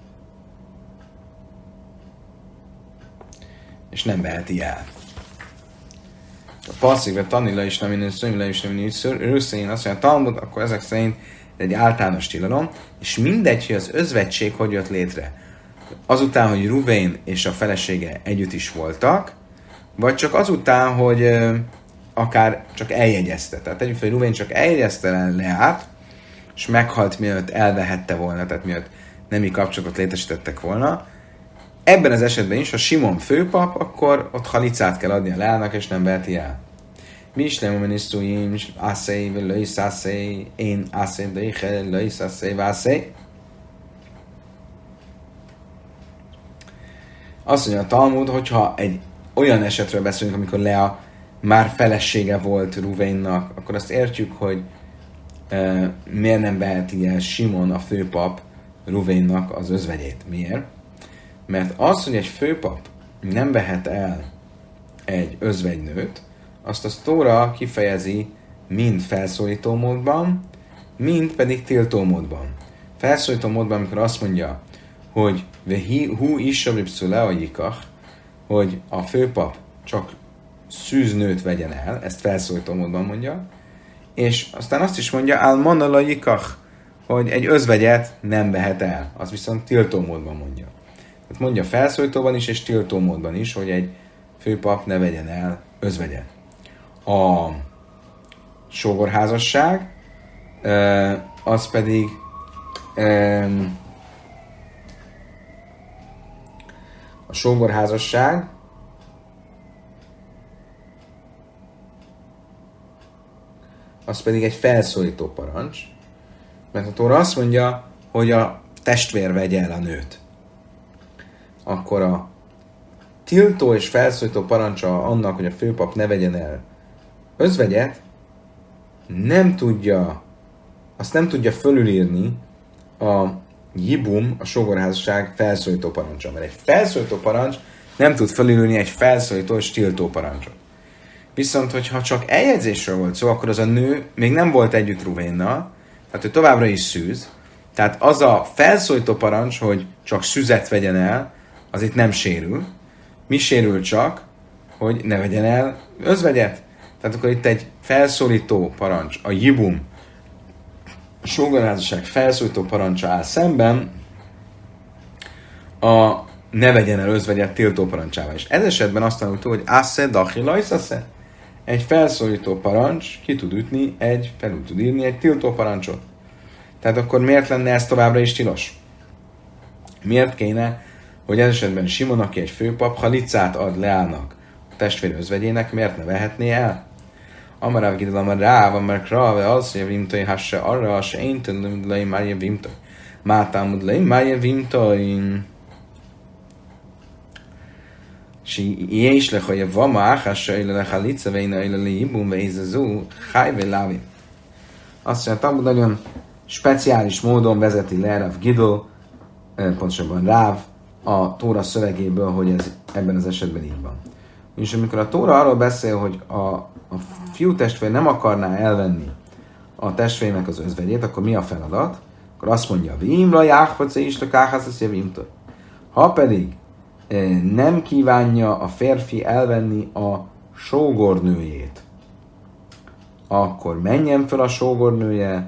És nem veheti el. A passzívre tanilla is nem minős, szönyvle is nem minős, rösszén azt mondja, Talmud, akkor ezek szerint egy általános tilalom, és mindegy, hogy az özvegység hogy jött létre. Azután, hogy Ruvén és a felesége együtt is voltak, vagy csak azután, hogy ö, akár csak eljegyezte. Tehát tegyük fel, hogy Ruvén csak eljegyezte le Leát, és meghalt, mielőtt elvehette volna, tehát mielőtt nemi kapcsolatot létesítettek volna. Ebben az esetben is, ha Simon főpap, akkor ott halicát kell adni a Leának, és nem veheti el. Mi is nem minisztújim, ászei, vagy löjsz ászei, én ászei, de löjsz ászei, vászei. Azt mondja a Talmud, hogyha egy olyan esetről beszélünk, amikor Lea már felesége volt Ruvénnak, akkor azt értjük, hogy e, miért nem veheti el Simon, a főpap, Ruvénnak az özvegyét. Miért? Mert az, hogy egy főpap nem vehet el egy özvegynőt, azt a Tóra kifejezi mind felszólító módban, mind pedig tiltó módban. Felszólító módban, amikor azt mondja, hogy hú is a leajikach, hogy a főpap csak szűznőt vegyen el, ezt felszólító módban mondja, és aztán azt is mondja, al manalajikach, hogy egy özvegyet nem vehet el, az viszont tiltó módban mondja. Tehát mondja felszólítóban is, és tiltó módban is, hogy egy főpap ne vegyen el özvegyet. A sógorházasság, az pedig a sógorházasság az pedig egy felszólító parancs, mert a Tóra azt mondja, hogy a testvér vegye el a nőt. Akkor a tiltó és felszólító parancsa annak, hogy a főpap ne vegyen el özvegyet, nem tudja, azt nem tudja fölülírni a jibum, a sógorházasság felszólító parancsa. Mert egy felszólító parancs nem tud fölülírni egy felszólító és tiltó parancsot. Viszont, hogyha csak eljegyzésről volt szó, akkor az a nő még nem volt együtt Ruvénnal, tehát ő továbbra is szűz. Tehát az a felszólító parancs, hogy csak szüzet vegyen el, az itt nem sérül. Mi sérül csak, hogy ne vegyen el özvegyet? Tehát akkor itt egy felszólító parancs, a jibum, a sógorházasság felszólító parancsa áll szemben a ne vegyen el özvegyet tiltó parancsával. És ez esetben azt tanultuk, hogy asse dachi lajszasze. Egy felszólító parancs ki tud ütni, egy felül tud írni egy tiltó parancsot. Tehát akkor miért lenne ez továbbra is tilos? Miért kéne, hogy ez esetben Simon, aki egy főpap, halicát ad Leának, a testvér özvegyének, miért ne vehetné el? Amarav gidal amar ráv, amar krave, az, hogy vimtoi hasse arra, se én tudom, hogy már vimtoi. Mátámud lei, már vimtoi. Si és le, hogy vama áhassa, éle le halica, veina éle le ibum, veizazú, hájve lávi. Azt mondja, Talmud nagyon speciális módon vezeti le Rav Gidol, pontosabban Ráv, a Tóra szövegéből, hogy ez ebben az esetben így van. És amikor a Tóra arról beszél, hogy a, a fiú testvér nem akarná elvenni a testvérnek az özvegyét, akkor mi a feladat? Akkor azt mondja, Vimla jáhpace is lekáhász, ha pedig nem kívánja a férfi elvenni a sógornőjét, akkor menjen fel a sógornője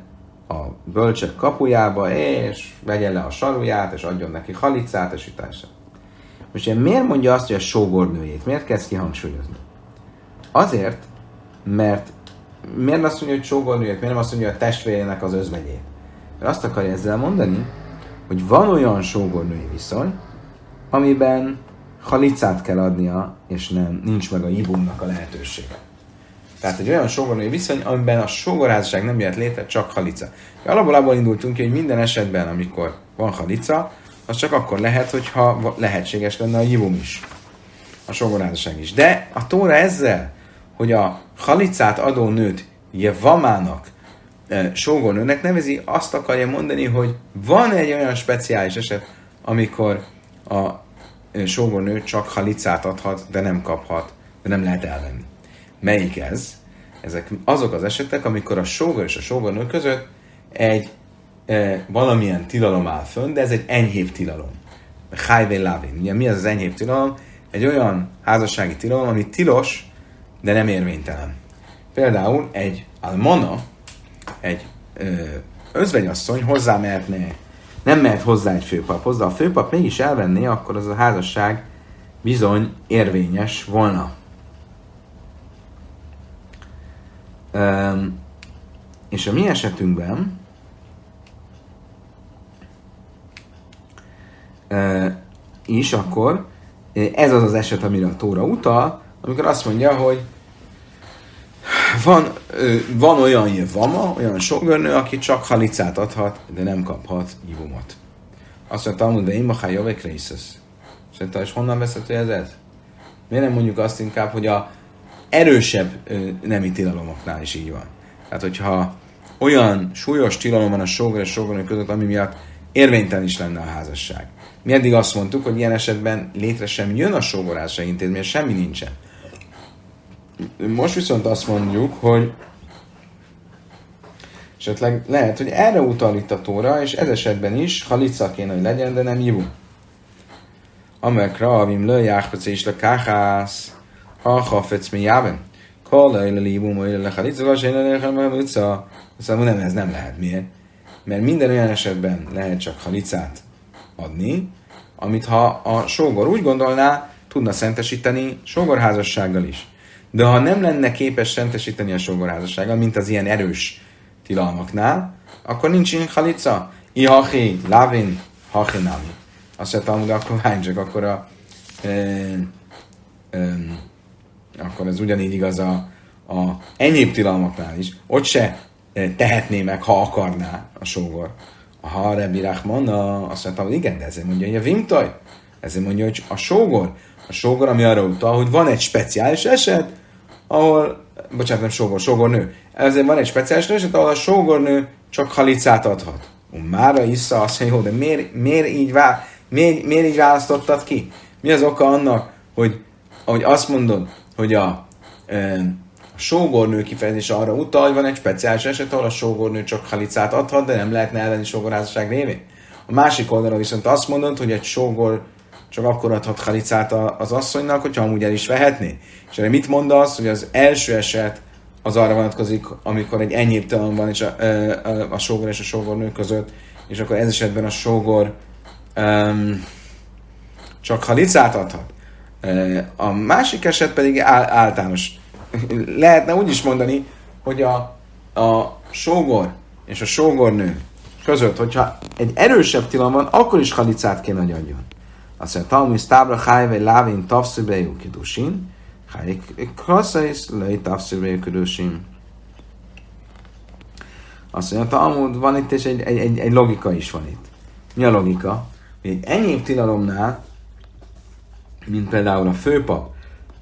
a bölcsek kapujába, és vegye le a saruját, és adjon neki halicát, és utása. Most ugye miért mondja azt, hogy a sógornőjét? Miért kezd kihangsúlyozni? Azért, mert miért azt mondja, hogy sógornőjét, miért nem azt mondja, hogy a testvérének az özvegyét? Mert azt akarja ezzel mondani, hogy van olyan sógornői viszony, amiben halicát kell adnia, és nem, nincs meg a jibumnak a lehetősége. Tehát egy olyan sógornői viszony, amiben a sógorházasság nem jöhet létre, csak halica. Alapból abból indultunk ki, hogy minden esetben, amikor van halica, az csak akkor lehet, hogyha lehetséges lenne a jibum is. A sógorházasság is. De a Tóra ezzel, hogy a halicát adó nőt jevamának, e, sógornőnek nevezi, azt akarja mondani, hogy van egy olyan speciális eset, amikor a e, sógornő csak halicát adhat, de nem kaphat, de nem lehet elvenni. Melyik ez? Ezek azok az esetek, amikor a sógor és a sógornő között egy e, valamilyen tilalom áll fönn, de ez egy enyhébb tilalom. Hájvé lávén. Ugye mi az az enyhébb tilalom? Egy olyan házassági tilalom, ami tilos, de nem érvénytelen. Például egy almona, egy ö, özvegyasszony hozzá mehetne, nem mehet hozzá egy főpaphoz, de a főpap mégis elvenné, akkor az a házasság bizony érvényes volna. Üm, és a mi esetünkben ö, is akkor ez az az eset, amire a Tóra utal, amikor azt mondja, hogy van, van olyan jevama, olyan sógornő, aki csak halicát adhat, de nem kaphat jibumot. Azt mondta, Talmud, de imachá jovek részesz. Szerintem, és honnan veszhető ez ez? Miért nem mondjuk azt inkább, hogy a erősebb nemi tilalomoknál is így van. Tehát, hogyha olyan súlyos tilalom van a sógor és sógornő között, ami miatt érvénytelen is lenne a házasság. Mi eddig azt mondtuk, hogy ilyen esetben létre sem jön a sógorházasság intézmény, semmi nincsen. Most viszont azt mondjuk, hogy esetleg lehet, hogy erre utal itt a Tóra, és ez esetben is halica kéne, hogy legyen, de nem jivu. Amekra, avim le jáhpece is le káhász, ha hafec mi jáven. Kala ile libum, ile le halica, vas ile le halica. Szóval nem, ez nem lehet. Miért? Mert minden olyan esetben lehet csak halicát adni, amit ha a sógor úgy gondolná, tudna szentesíteni sógorházassággal is. De ha nem lenne képes szentesíteni a sógorházassággal, mint az ilyen erős tilalmaknál, akkor nincs ilyen halica. Ihachi, lavin, hachinami. Azt mondtam, hogy akkor hány csak, akkor a e, e, akkor ez ugyanígy igaz a, a enyhébb tilalmaknál is. Ott se tehetné meg, ha akarná a sógor. Ha Rebbi Rachman, azt mondtam, hogy igen, de ezért mondja, hogy a vimtaj. Ezért mondja, hogy a sógor. A sógor, ami arra utal, hogy van egy speciális eset, ahol, bocsánat, nem sógor, sógornő. Ezért van egy speciális eset, ahol a sógornő csak halicát adhat. Mára issza, azt mondja, jó, de miért, miért, így vá, miért, miért így választottad ki? Mi az oka annak, hogy ahogy azt mondod, hogy a, e, a sógornő kifejezése arra utal, hogy van egy speciális eset, ahol a sógornő csak halicát adhat, de nem lehetne elvenni sógorházasság révén. A másik oldalon viszont azt mondod, hogy egy sógor csak akkor adhat halicát az asszonynak, hogyha amúgy el is vehetné. És erre mit mondasz, hogy az első eset az arra vonatkozik, amikor egy enyhébb tilalom van és a, a, a sógor és a sógornő között, és akkor ez esetben a sógor um, csak halicát adhat. A másik eset pedig általános. Lehetne úgy is mondani, hogy a, a sógor és a sógornő között, hogyha egy erősebb tilalom van, akkor is halicát kéne, hogy adjon. Azt mondja, Talmud tábra hájve lávin tavszübejú kidusin, hájik krasszaisz lej tavszübejú kidusin. Azt mondja, Talmud, van itt és egy, egy, egy logika is van itt. Mi a logika? Hogy egy enyhébb tilalomnál, mint például a főpap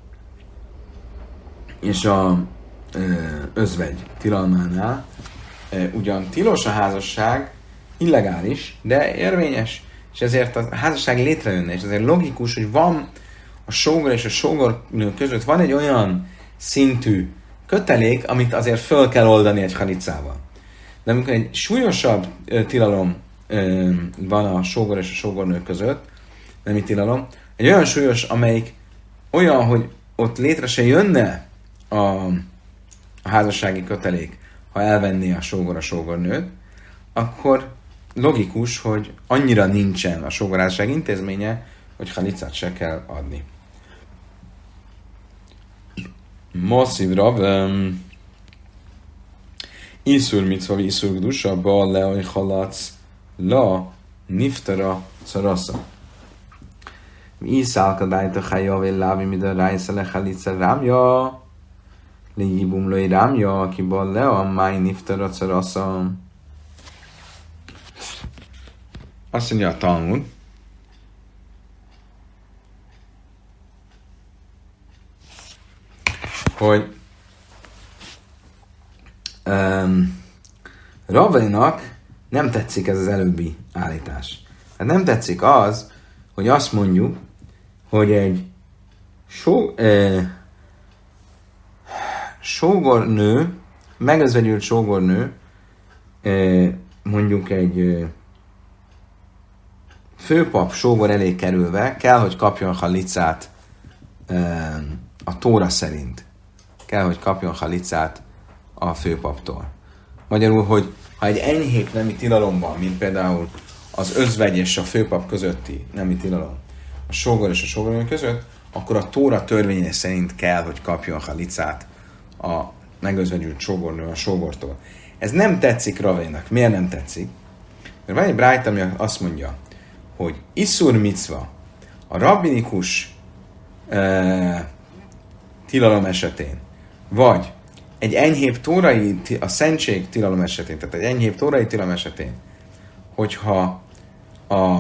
és a ö, özvegy tilalmánál, ö, ugyan tilos a házasság, illegális, de érvényes, és ezért a házasság létrejönne, és ezért logikus, hogy van a sógor és a sógornő között van egy olyan szintű kötelék, amit azért föl kell oldani egy halicával. De amikor egy súlyosabb ö, tilalom ö, van a sógor és a sógornő között, nemi tilalom, egy olyan súlyos, amelyik olyan, hogy ott létre se jönne a, a házassági kötelék, ha elvenné a sógor a sógornőt, akkor logikus, hogy annyira nincsen a sógorházasság intézménye, hogy halicát se kell adni. Masszív Rav, um, Iszur mitzva, Iszur gdusa, ba leaj halac, la niftara szarasza. Iszálka dájta hajavé lávi, mida rájsza le halica rámja, lejibum loj rámja, aki ba lea, máj niftara szarasza. Azt mondja a Talmud, hogy um, Ravénak nem tetszik ez az előbbi állítás. Hát nem tetszik az, hogy azt mondjuk, hogy egy só, eh, sógornő, megözvegyült sógornő, eh, mondjuk egy eh, főpap sógor elé kerülve kell, hogy kapjon halicát eh, a Tóra szerint. Kell, hogy kapjon halicát a főpaptól. Magyarul, hogy ha egy enyhébb nemi tilalom van, mint például az özvegy és a főpap közötti nemi tilalom, a sógor és a sógornő között, akkor a Tóra törvénye szerint kell, hogy kapjon halicát a megözvegyült sógornő a sógortól. Ez nem tetszik Ravénak. Miért nem tetszik? Mert van egy brájta, ami azt mondja, hogy iszur micva, a rabbinikus uh, tilalom esetén, vagy egy enyhébb tórai, a szentség tilalom esetén, tehát egy enyhébb tórai tilalom esetén, hogyha a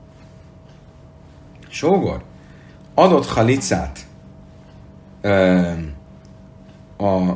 sógor adott halicát uh, a,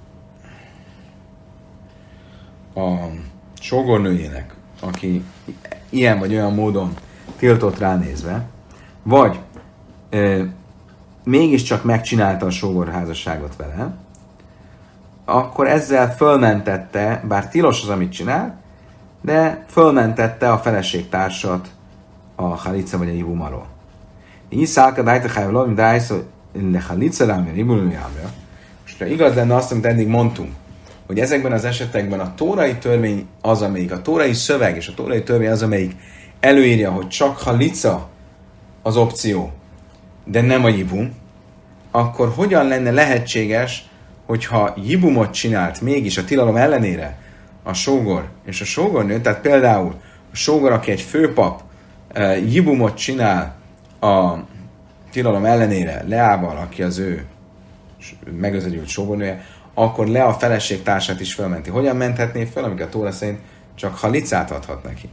a sógornőjének, aki ilyen vagy olyan módon tiltott ránézve, vagy ö, mégiscsak megcsinálta a sógorházasságot vele, akkor ezzel fölmentette, bár tilos az, amit csinál, de fölmentette a feleségtársat a halica vagy a jibum alól. Iszálka dájta hájvaló, de ájszó le halica rámja, jibum rámja. És ha igaz lenne azt, amit eddig mondtunk, hogy ezekben az esetekben a tórai törvény az, amelyik, a tórai szöveg és a tórai törvény az, amelyik előírja, hogy csak halica az opció, de nem a jibum, akkor hogyan lenne lehetséges, hogyha jibumot csinált mégis a tilalom ellenére a sógor és a sógornő, tehát például a sógor, aki egy főpap, jibumot csinál a tilalom ellenére Leával, aki az ő megözvegyült sógornője, akkor le a feleség társát is felmenti. Hogyan menthetné fel, amikor a Tóra szerint csak halicát adhat neki?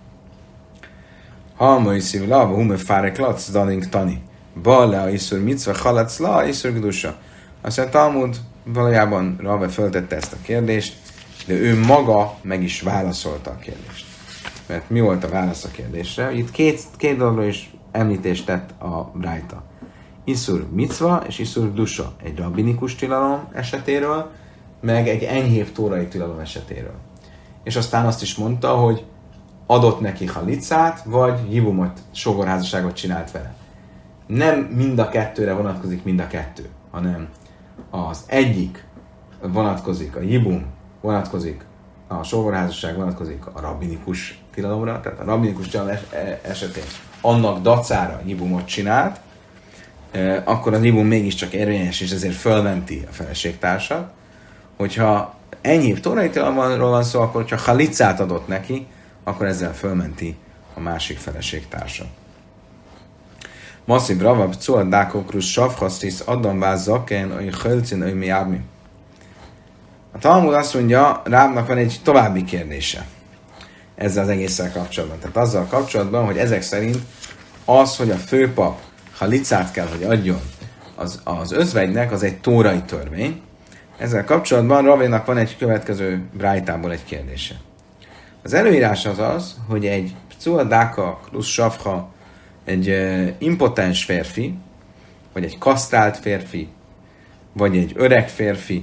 Halmai szív lava, hume fárek lac, daning tani. Balla, iszur micva, halac la, iszur gdusa. Aztán Talmud valójában Rave föltette ezt a kérdést, de ő maga meg is válaszolta a kérdést. Mert mi volt a válasz a kérdésre? Itt két, két dologról is említést tett a brájta. Iszur micva és iszur gdusa. Egy rabbinikus tilalom esetéről, meg egy enyhébb tórai tilalom esetéről. És aztán azt is mondta, hogy adott neki halicát, vagy jibumot, sógorházasságot csinált vele. Nem mind a kettőre vonatkozik mind a kettő, hanem az egyik vonatkozik, a jibum vonatkozik, a sógorházasság vonatkozik a rabbinikus tilalomra, tehát a rabbinikus tilalom esetén annak dacára jibumot csinált, akkor az jibum mégiscsak érvényes, és ezért fölmenti a feleségtársat. Hogyha enyhébb tórai tilalomról van szó, akkor ha halicát adott neki, akkor ezzel fölmenti a másik feleségtársa. Masszív Rava, Pcuad Dákokrus, Savhasztis, Adambáz, Zaken, Oly Hölcin, Oly Miábmi. A Talmud azt mondja, Rávnak van egy további kérdése ezzel az egésszel kapcsolatban. Tehát azzal kapcsolatban, hogy ezek szerint az, hogy a főpap halicát kell, hogy adjon az, az özvegynek, az egy tórai törvény. Ezzel kapcsolatban Ravénak van egy következő brájtából egy kérdése. Az előírás az az, hogy egy Pcuad Dáka, Klusz Savha, egy uh, impotens férfi, vagy egy kasztrált férfi, vagy egy öreg férfi,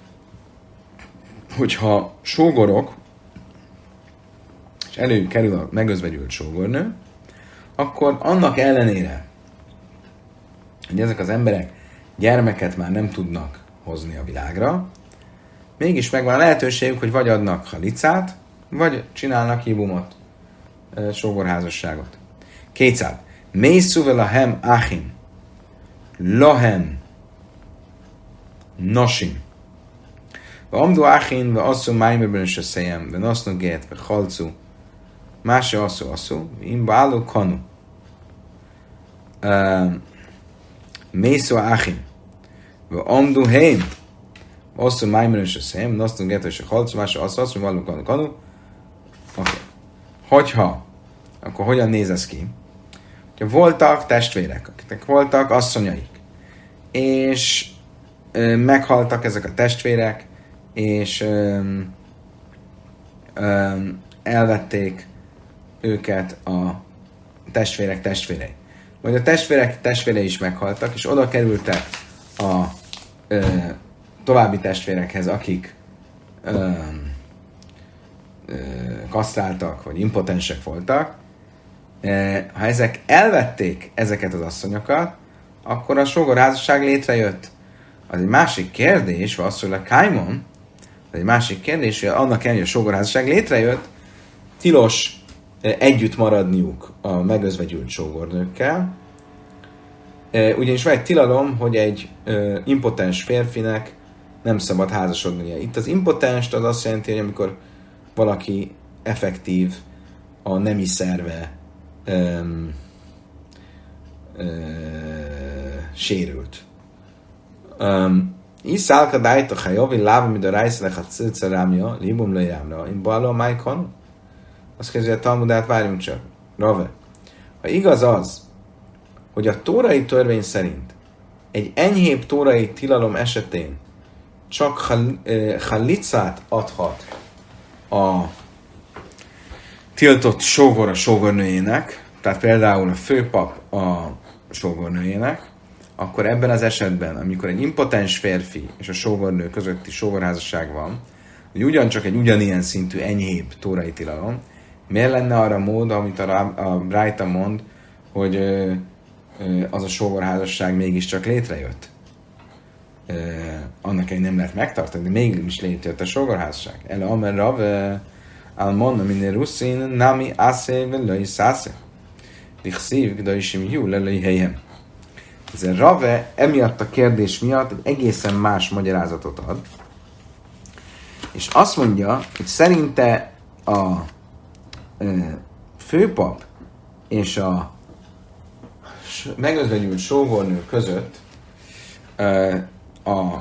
hogyha sógorok, és előkerül a megözvegyült sógornő, akkor annak ellenére, hogy ezek az emberek gyermeket már nem tudnak hozni a világra, mégis megvan a lehetőségük, hogy vagy adnak halicát, vagy csinálnak hibumot, sógorházasságot. Kétszáz. Mészúvel a hem achim, lahem, nosim. Amdu achin, ve asszú májmérben is a szejem, ve nasznu get, ve halcu, mási asszú asszú, imba álló kanu. Mészú achin, ve amdu heim, asszú májmérben is a szejem, nasznu get, ve halcu, mási asszú asszú, ve álló kanu. kanu. Okay. Hogyha, akkor hogyan néz ez ki? Hogyha voltak testvérek, akiknek voltak asszonyaik, és ö, meghaltak ezek a testvérek, és ö, ö, elvették őket a testvérek testvérei. Vagy a testvérek testvérei is meghaltak, és oda kerültek a ö, további testvérekhez, akik ö, ö, kasztráltak, vagy impotensek voltak. Ha ezek elvették ezeket az asszonyokat, akkor a sógorházasság létrejött. Az egy másik kérdés, vagy az, hogy a Kaimon, az egy másik kérdés, hogy annak ellenére, hogy a sógorházasság létrejött, tilos együtt maradniuk a megözvegyült sógornőkkel. Ugyanis van egy tilalom, hogy egy impotens férfinek nem szabad házasodnia. Itt az impotens az azt jelenti, hogy amikor valaki effektív a nemi szerve öm, ö, sérült. Iszálka dájta hajavi lába, mint a rájszlek a cilcerámja, libum lejámra, én bala a májkon. Azt kezdve a Talmudát, várjunk csak. Rave. Ha igaz az, hogy a tórai törvény szerint egy enyhébb tórai tilalom esetén csak halicát adhat a tiltott sógor a sógornőjének, tehát például a főpap a sógornőjének, akkor ebben az esetben, amikor egy impotens férfi és a sógornő közötti sógorházasság van, hogy ugyancsak egy ugyanilyen szintű enyhébb tórai tilalom, miért lenne arra mód, amit a, a Brájta mond, hogy ö, ö, az a sógorházasság mégiscsak létrejött? Ö, annak egy nem lehet megtartani, de mégis létrejött a sógorházasság. Ele amer rav almonna minél ruszin nami ászé velői szászé. Dichszív gdaisim jú lelői helyem. Ez a Rave emiatt a kérdés miatt egy egészen más magyarázatot ad, és azt mondja, hogy szerinte a e, főpap és a megözvegyült sógornő között e, a,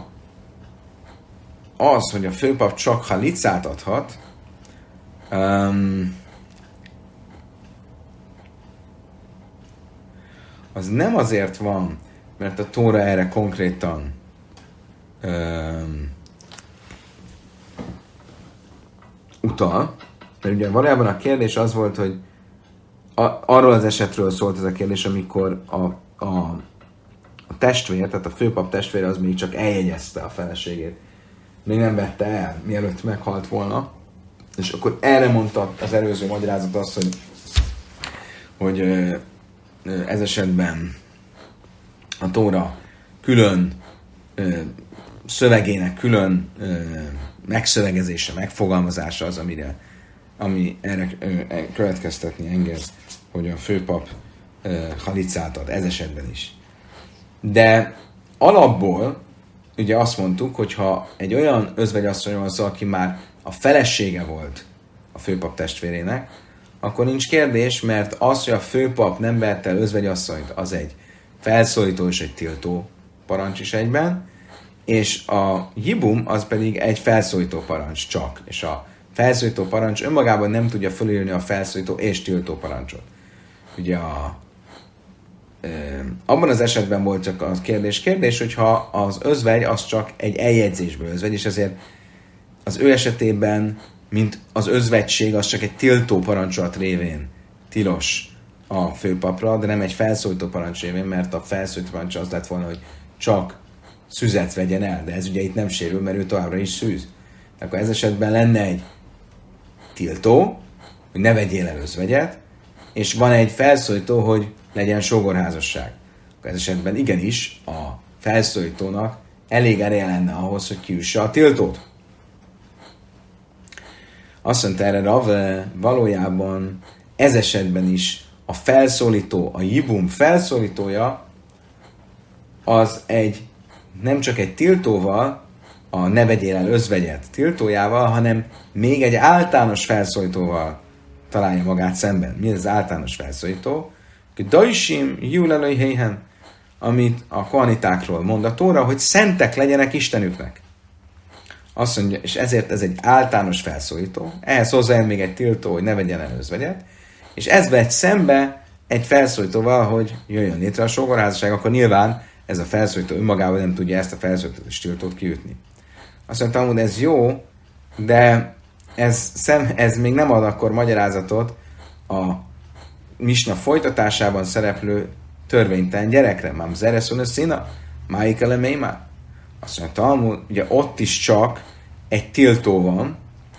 az, hogy a főpap csak halicát adhat, um, az nem azért van, mert a Tóra erre konkrétan um, utal, mert ugye valójában a kérdés az volt, hogy a, arról az esetről szólt ez a kérdés, amikor a, a, a testvér, tehát a főpap testvére az még csak eljegyezte a feleségét. Még nem vette el, mielőtt meghalt volna. És akkor erre mondta az előző magyarázat azt, hogy, hogy ez esetben a Tóra külön szövegének külön megszövegezése, megfogalmazása az, amire, ami erre következtetni enged, hogy a főpap halicát ad, ez esetben is. De alapból ugye azt mondtuk, hogy ha egy olyan özvegyasszony van szó, aki már a felesége volt a főpap testvérének, akkor nincs kérdés, mert az, hogy a főpap nem vette el özvegyasszonyt, az egy felszólító és egy tiltó parancs is egyben, és a hibum az pedig egy felszólító parancs csak, és a felszólító parancs önmagában nem tudja fölírni a felszólító és tiltó parancsot. Ugye a, e, abban az esetben volt csak a kérdés, kérdés, hogyha az özvegy az csak egy eljegyzésből özvegy, és ezért az ő esetében, mint az özvegység, az csak egy tiltó parancsolat révén tilos a főpapra, de nem egy felszólító parancs révén, mert a felszólító parancs az lett volna, hogy csak szüzet vegyen el, de ez ugye itt nem sérül, mert ő továbbra is szűz. Akkor ez esetben lenne egy tiltó, hogy ne vegyél el özvegyet, és van egy felszólító, hogy legyen sógorházasság. Akkor ez esetben igenis a felszólítónak elég ereje lenne ahhoz, hogy kiüsse a tiltót. Azt mondta erre Rave, valójában ez esetben is a felszólító, a jibum felszólítója az egy, nem csak egy tiltóval, a ne vegyél el özvegyet tiltójával, hanem még egy általános felszólítóval találja magát szemben. Mi ez az általános felszólító? Dajsim júlelői héhen, amit a kohanitákról mond a Tóra, hogy szentek legyenek Istenüknek. Azt mondja, és ezért ez egy általános felszólító, ehhez hozzá még egy tiltó, hogy ne vegyen el özvegyet, és ez vegy szembe egy felszólítóval, hogy jöjjön létre a sógorházasság, akkor nyilván ez a felszólító önmagával nem tudja ezt a felszólítót és tiltót kiütni. Azt mondtam, hogy ez jó, de ez, szem, ez még nem ad akkor magyarázatot a misna folytatásában szereplő törvénytelen gyerekre. Mám zereszun szína, máik elemei már. Azt mondja, Talmud, ugye ott is csak egy tiltó van,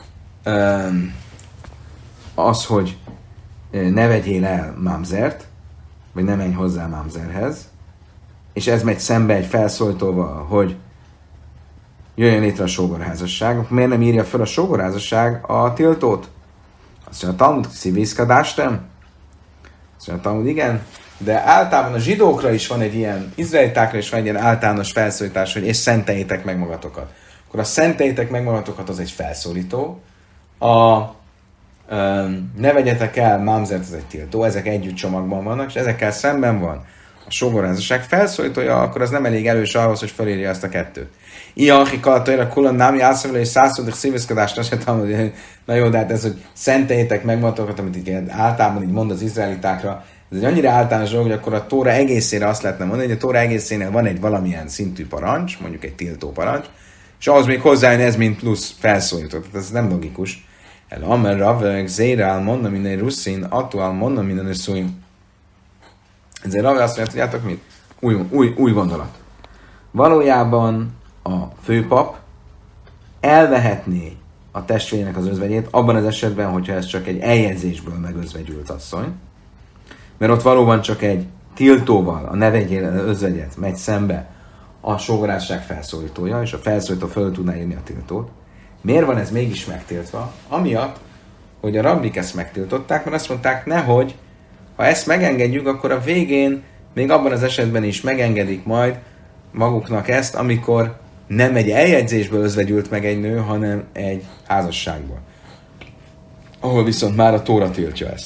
az, hogy ne vegyél el mámzert, vagy ne menj hozzá mámzerhez, és ez megy szembe egy felszólítóval, hogy jöjjön létre a sógorházasság, miért nem írja fel a sógorházasság a tiltót? Azt mondja, a Talmud szívészkadástem? Azt mondja, a Talmud igen, de általában a zsidókra is van egy ilyen, izraelitákra is van egy ilyen általános felszólítás, hogy és szenteljétek meg magatokat. Akkor a szenteljétek meg magatokat az egy felszólító, a um, ne vegyetek el mámzert, az egy tiltó, ezek együtt csomagban vannak, és ezekkel szemben van a sógorházasság felszólítója, akkor az nem elég erős ahhoz, hogy felírja ezt a kettőt. Ilyen akikalatőre kulan námi ászavele és százszódik szíveszkadást, azt mondtam, hogy na jó, de hát ez, hogy szenteljétek meg magatokat, amit így általában így mond az izraelitákra, ez egy annyira általános dolog, hogy akkor a Tóra egészére azt lehetne mondani, hogy a Tóra egészénél van egy valamilyen szintű parancs, mondjuk egy tiltó parancs, és ahhoz még hozzájön ez, mint plusz felszólító. Tehát ez nem logikus. El amer raveg zérál monna minden russzin, attuál monna minden összúim. Ezért Rave azt mondja, tudjátok mit? Új, új, új gondolat. Valójában a főpap elvehetné a testvérének az özvegyét, abban az esetben, hogyha ez csak egy eljegyzésből megözvegyült asszony, mert ott valóban csak egy tiltóval, a ne vegyél özvegyet megy szembe a sógorházasság felszólítója, és a felszólító föl tudná írni a tiltót. Miért van ez mégis megtiltva? Amiatt, hogy a rabbik ezt megtiltották, mert azt mondták, nehogy, ha ezt megengedjük, akkor a végén még abban az esetben is megengedik majd maguknak ezt, amikor nem egy eljegyzésből özvegyült meg egy nő, hanem egy házasságból. Ahol viszont már a Tóra tiltja ezt.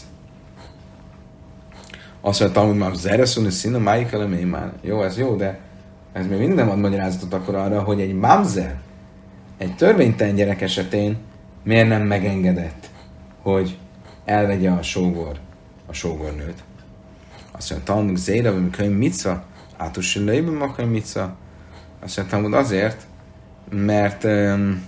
Azt mondta, hogy már zereszuni szína, máik elemé már. Jó, ez jó, de ez még minden ad magyarázatot akkor arra, hogy egy mamzer, egy törvénytelen gyerek esetén miért nem megengedett, hogy elvegye a sógor, a sógornőt. Azt mondta, Talmud zéra, vagy könyv micva, átussi lőjben a könyv micva. Azt mondta, Talmud azért, mert um,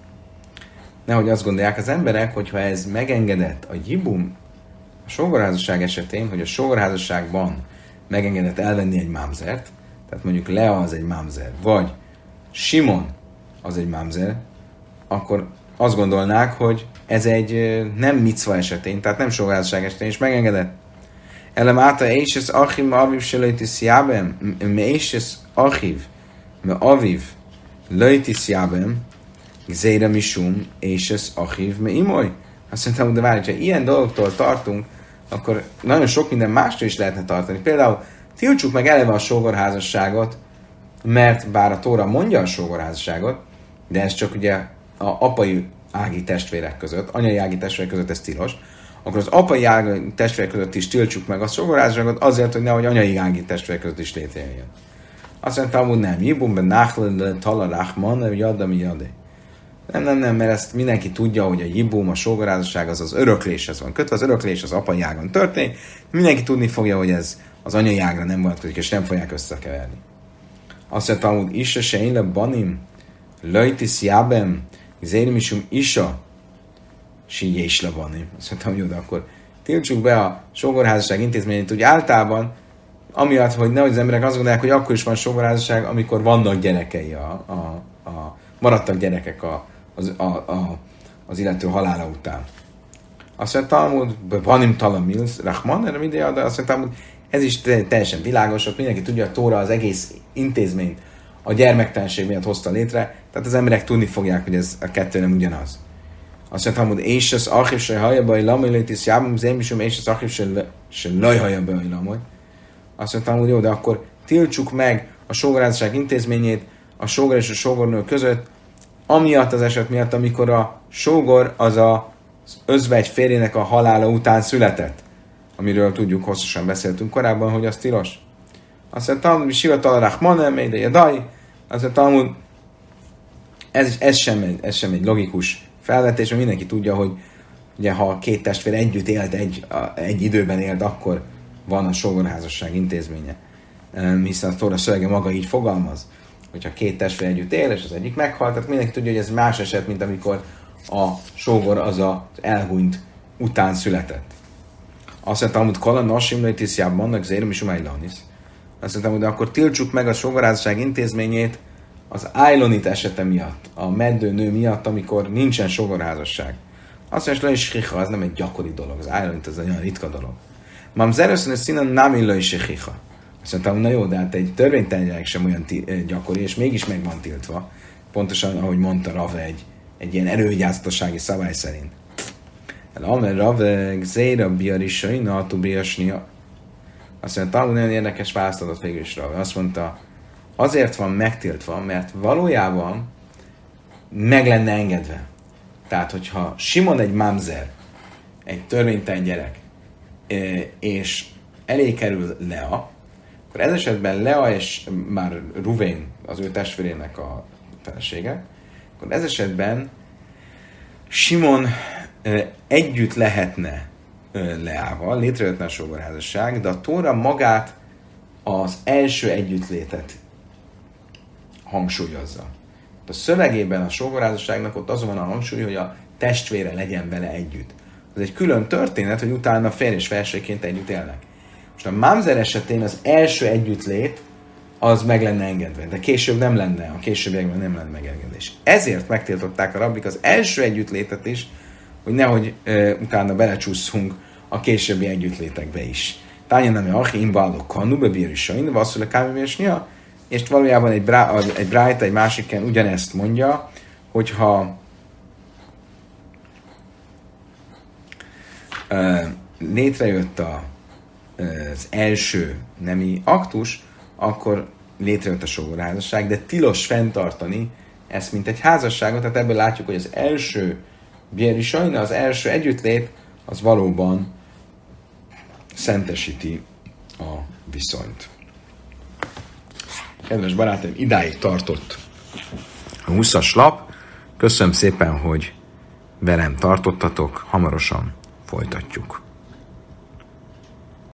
nehogy azt gondolják az emberek, hogyha ez megengedett a jibum, a sógorházasság esetén, hogy a sógorházasságban megengedett elvenni egy mámzert, tehát mondjuk Lea az egy mámzer, vagy Simon az egy mámzer, akkor azt gondolnák, hogy ez egy nem micva esetén, tehát nem sógorházasság esetén is megengedett. Elem áta és ez achiv me aviv se lejtis jábem, me és ez achiv me aviv lejtis jábem, zéra misum, és ez achiv me imoly. Azt mondtam, de várj, ha ilyen dolgoktól tartunk, akkor nagyon sok minden mástól is lehetne tartani. Például tiltsuk meg eleve a sógorházasságot, mert bár a Tóra mondja a sógorházasságot, de ez csak ugye a apai ági testvérek között, anyai ági testvérek között ez tilos, akkor az apai ági testvérek között is tiltsuk meg a sógorházasságot azért, hogy nehogy anyai ági testvérek között is létrejöjjön. Azt mondtam, hogy nem, jibum ben nachle talarachman, jadami jadé. Nem, nem, nem, mert ezt mindenki tudja, hogy a jibum, a sógorházasság az az örökléshez van kötve, az öröklés az apai ágon történik, mindenki tudni fogja, hogy ez az anyai ágra nem vonatkozik, és nem fogják összekeverni. Azt mondta, Talmud, Isha sein le banim, lejtis jábem, zérimisum Isha, si jés le banim. Azt mondta, hogy jó, de akkor tiltsuk be a sógorházasság intézményét, úgy általában, amiatt, hogy nehogy az emberek azt gondolják, hogy akkor is van sógorházasság, amikor vannak gyerekei, a, a, a, maradtak gyerekek a, az, a, a, az illető halála után. Azt mondta, Talmud, banim talamils, Rahman, erre mindegy, de azt mondta, Talmud, ez is teljesen világos, hogy mindenki tudja, a Tóra az egész intézményt a gyermektelenség miatt hozta létre, tehát az emberek tudni fogják, hogy ez a kettő nem ugyanaz. Azt mondta, hogy és az achiv se hallja be, hogy lamajlétis jábom, zémisum, és az achiv se laj hallja be, hogy lamaj. Azt mondta, hogy jó, de akkor tiltsuk meg a sógorházasság intézményét a sógor és a sógornő között, amiatt az eset miatt, amikor a sógor az az özvegy férjének a halála után született, amiről tudjuk, hosszasan beszéltünk korábban, hogy az tilos. Azt mondta, hogy sivatal rachmanem, de jadai, azt mondta, hogy ez, ez, sem egy, ez sem egy logikus felvetés, mert mindenki tudja, hogy ugye, ha két testvér együtt élt, egy, egy időben élt, akkor van a sógorházasság intézménye. Hiszen a Tóra szövege maga így fogalmaz, hogyha két testvér együtt él, és az egyik meghalt, tehát mindenki tudja, hogy ez más eset, mint amikor a sógor az az elhunyt után született. Azt mondtam, hogy Kala Nasim Lejtiszjában vannak Zérum és Umajlanis. Azt mondtam, hogy akkor tiltsuk meg a sógorházasság intézményét az Ájlonit esete miatt, a meddő nő miatt, amikor nincsen sógorházasság. Azt mondja, hogy Lejsicha, az nem egy gyakori dolog, az Ájlonit az egy olyan ritka dolog. Mamzerőszön színen Nami Lejsicha. Azt mondtam, na jó, de hát egy törvénytelen sem olyan ti- gyakori, és mégis meg van tiltva. Pontosan, ahogy mondta Rave, egy, egy ilyen erőgyázatossági szabály szerint. Amer Rave, Gzeira Biarisai, Natu Biasnia. Azt mondta, nagyon érdekes választ adott végül is Rave. Azt mondta, azért van megtiltva, mert valójában meg lenne engedve. Tehát, hogyha Simon egy mamzer, egy törvénytelen gyerek, és elé kerül Lea, akkor ez esetben Lea és már Ruvén, az ő testvérének a felesége, akkor ez esetben Simon együtt lehetne Leával, létrejöhetne a sógorházasság, de a Tóra magát az első együttlétet hangsúlyozza. A szövegében a sógorházasságnak ott azon van a hangsúly, hogy a testvére legyen vele együtt. Ez egy külön történet, hogy utána férj és feleségként együtt élnek. Most a mamzer esetén az első együttlét az meg lenne engedve, de később nem lenne, a későbbiekben nem lenne megengedés. Ezért megtiltották a rabbik az első együttlétet is, hogy nehogy uh, utána belecsúszunk a későbbi együttlétekbe is. Tányan nem achi imbálok kanu, bebírisain, vasszul a kámimésnia, és valójában egy, brá, egy brájta, egy másiken ugyanezt mondja, hogyha uh, létrejött a, uh, az első nemi aktus, akkor létrejött a sógorházasság, de tilos fenntartani ezt, mint egy házasságot, tehát ebből látjuk, hogy az első Bieri Sajna, az első együttlét, az valóban szentesíti a viszonyt. Kedves barátaim, idáig tartott a húszas lap. Köszönöm szépen, hogy velem tartottatok, hamarosan folytatjuk.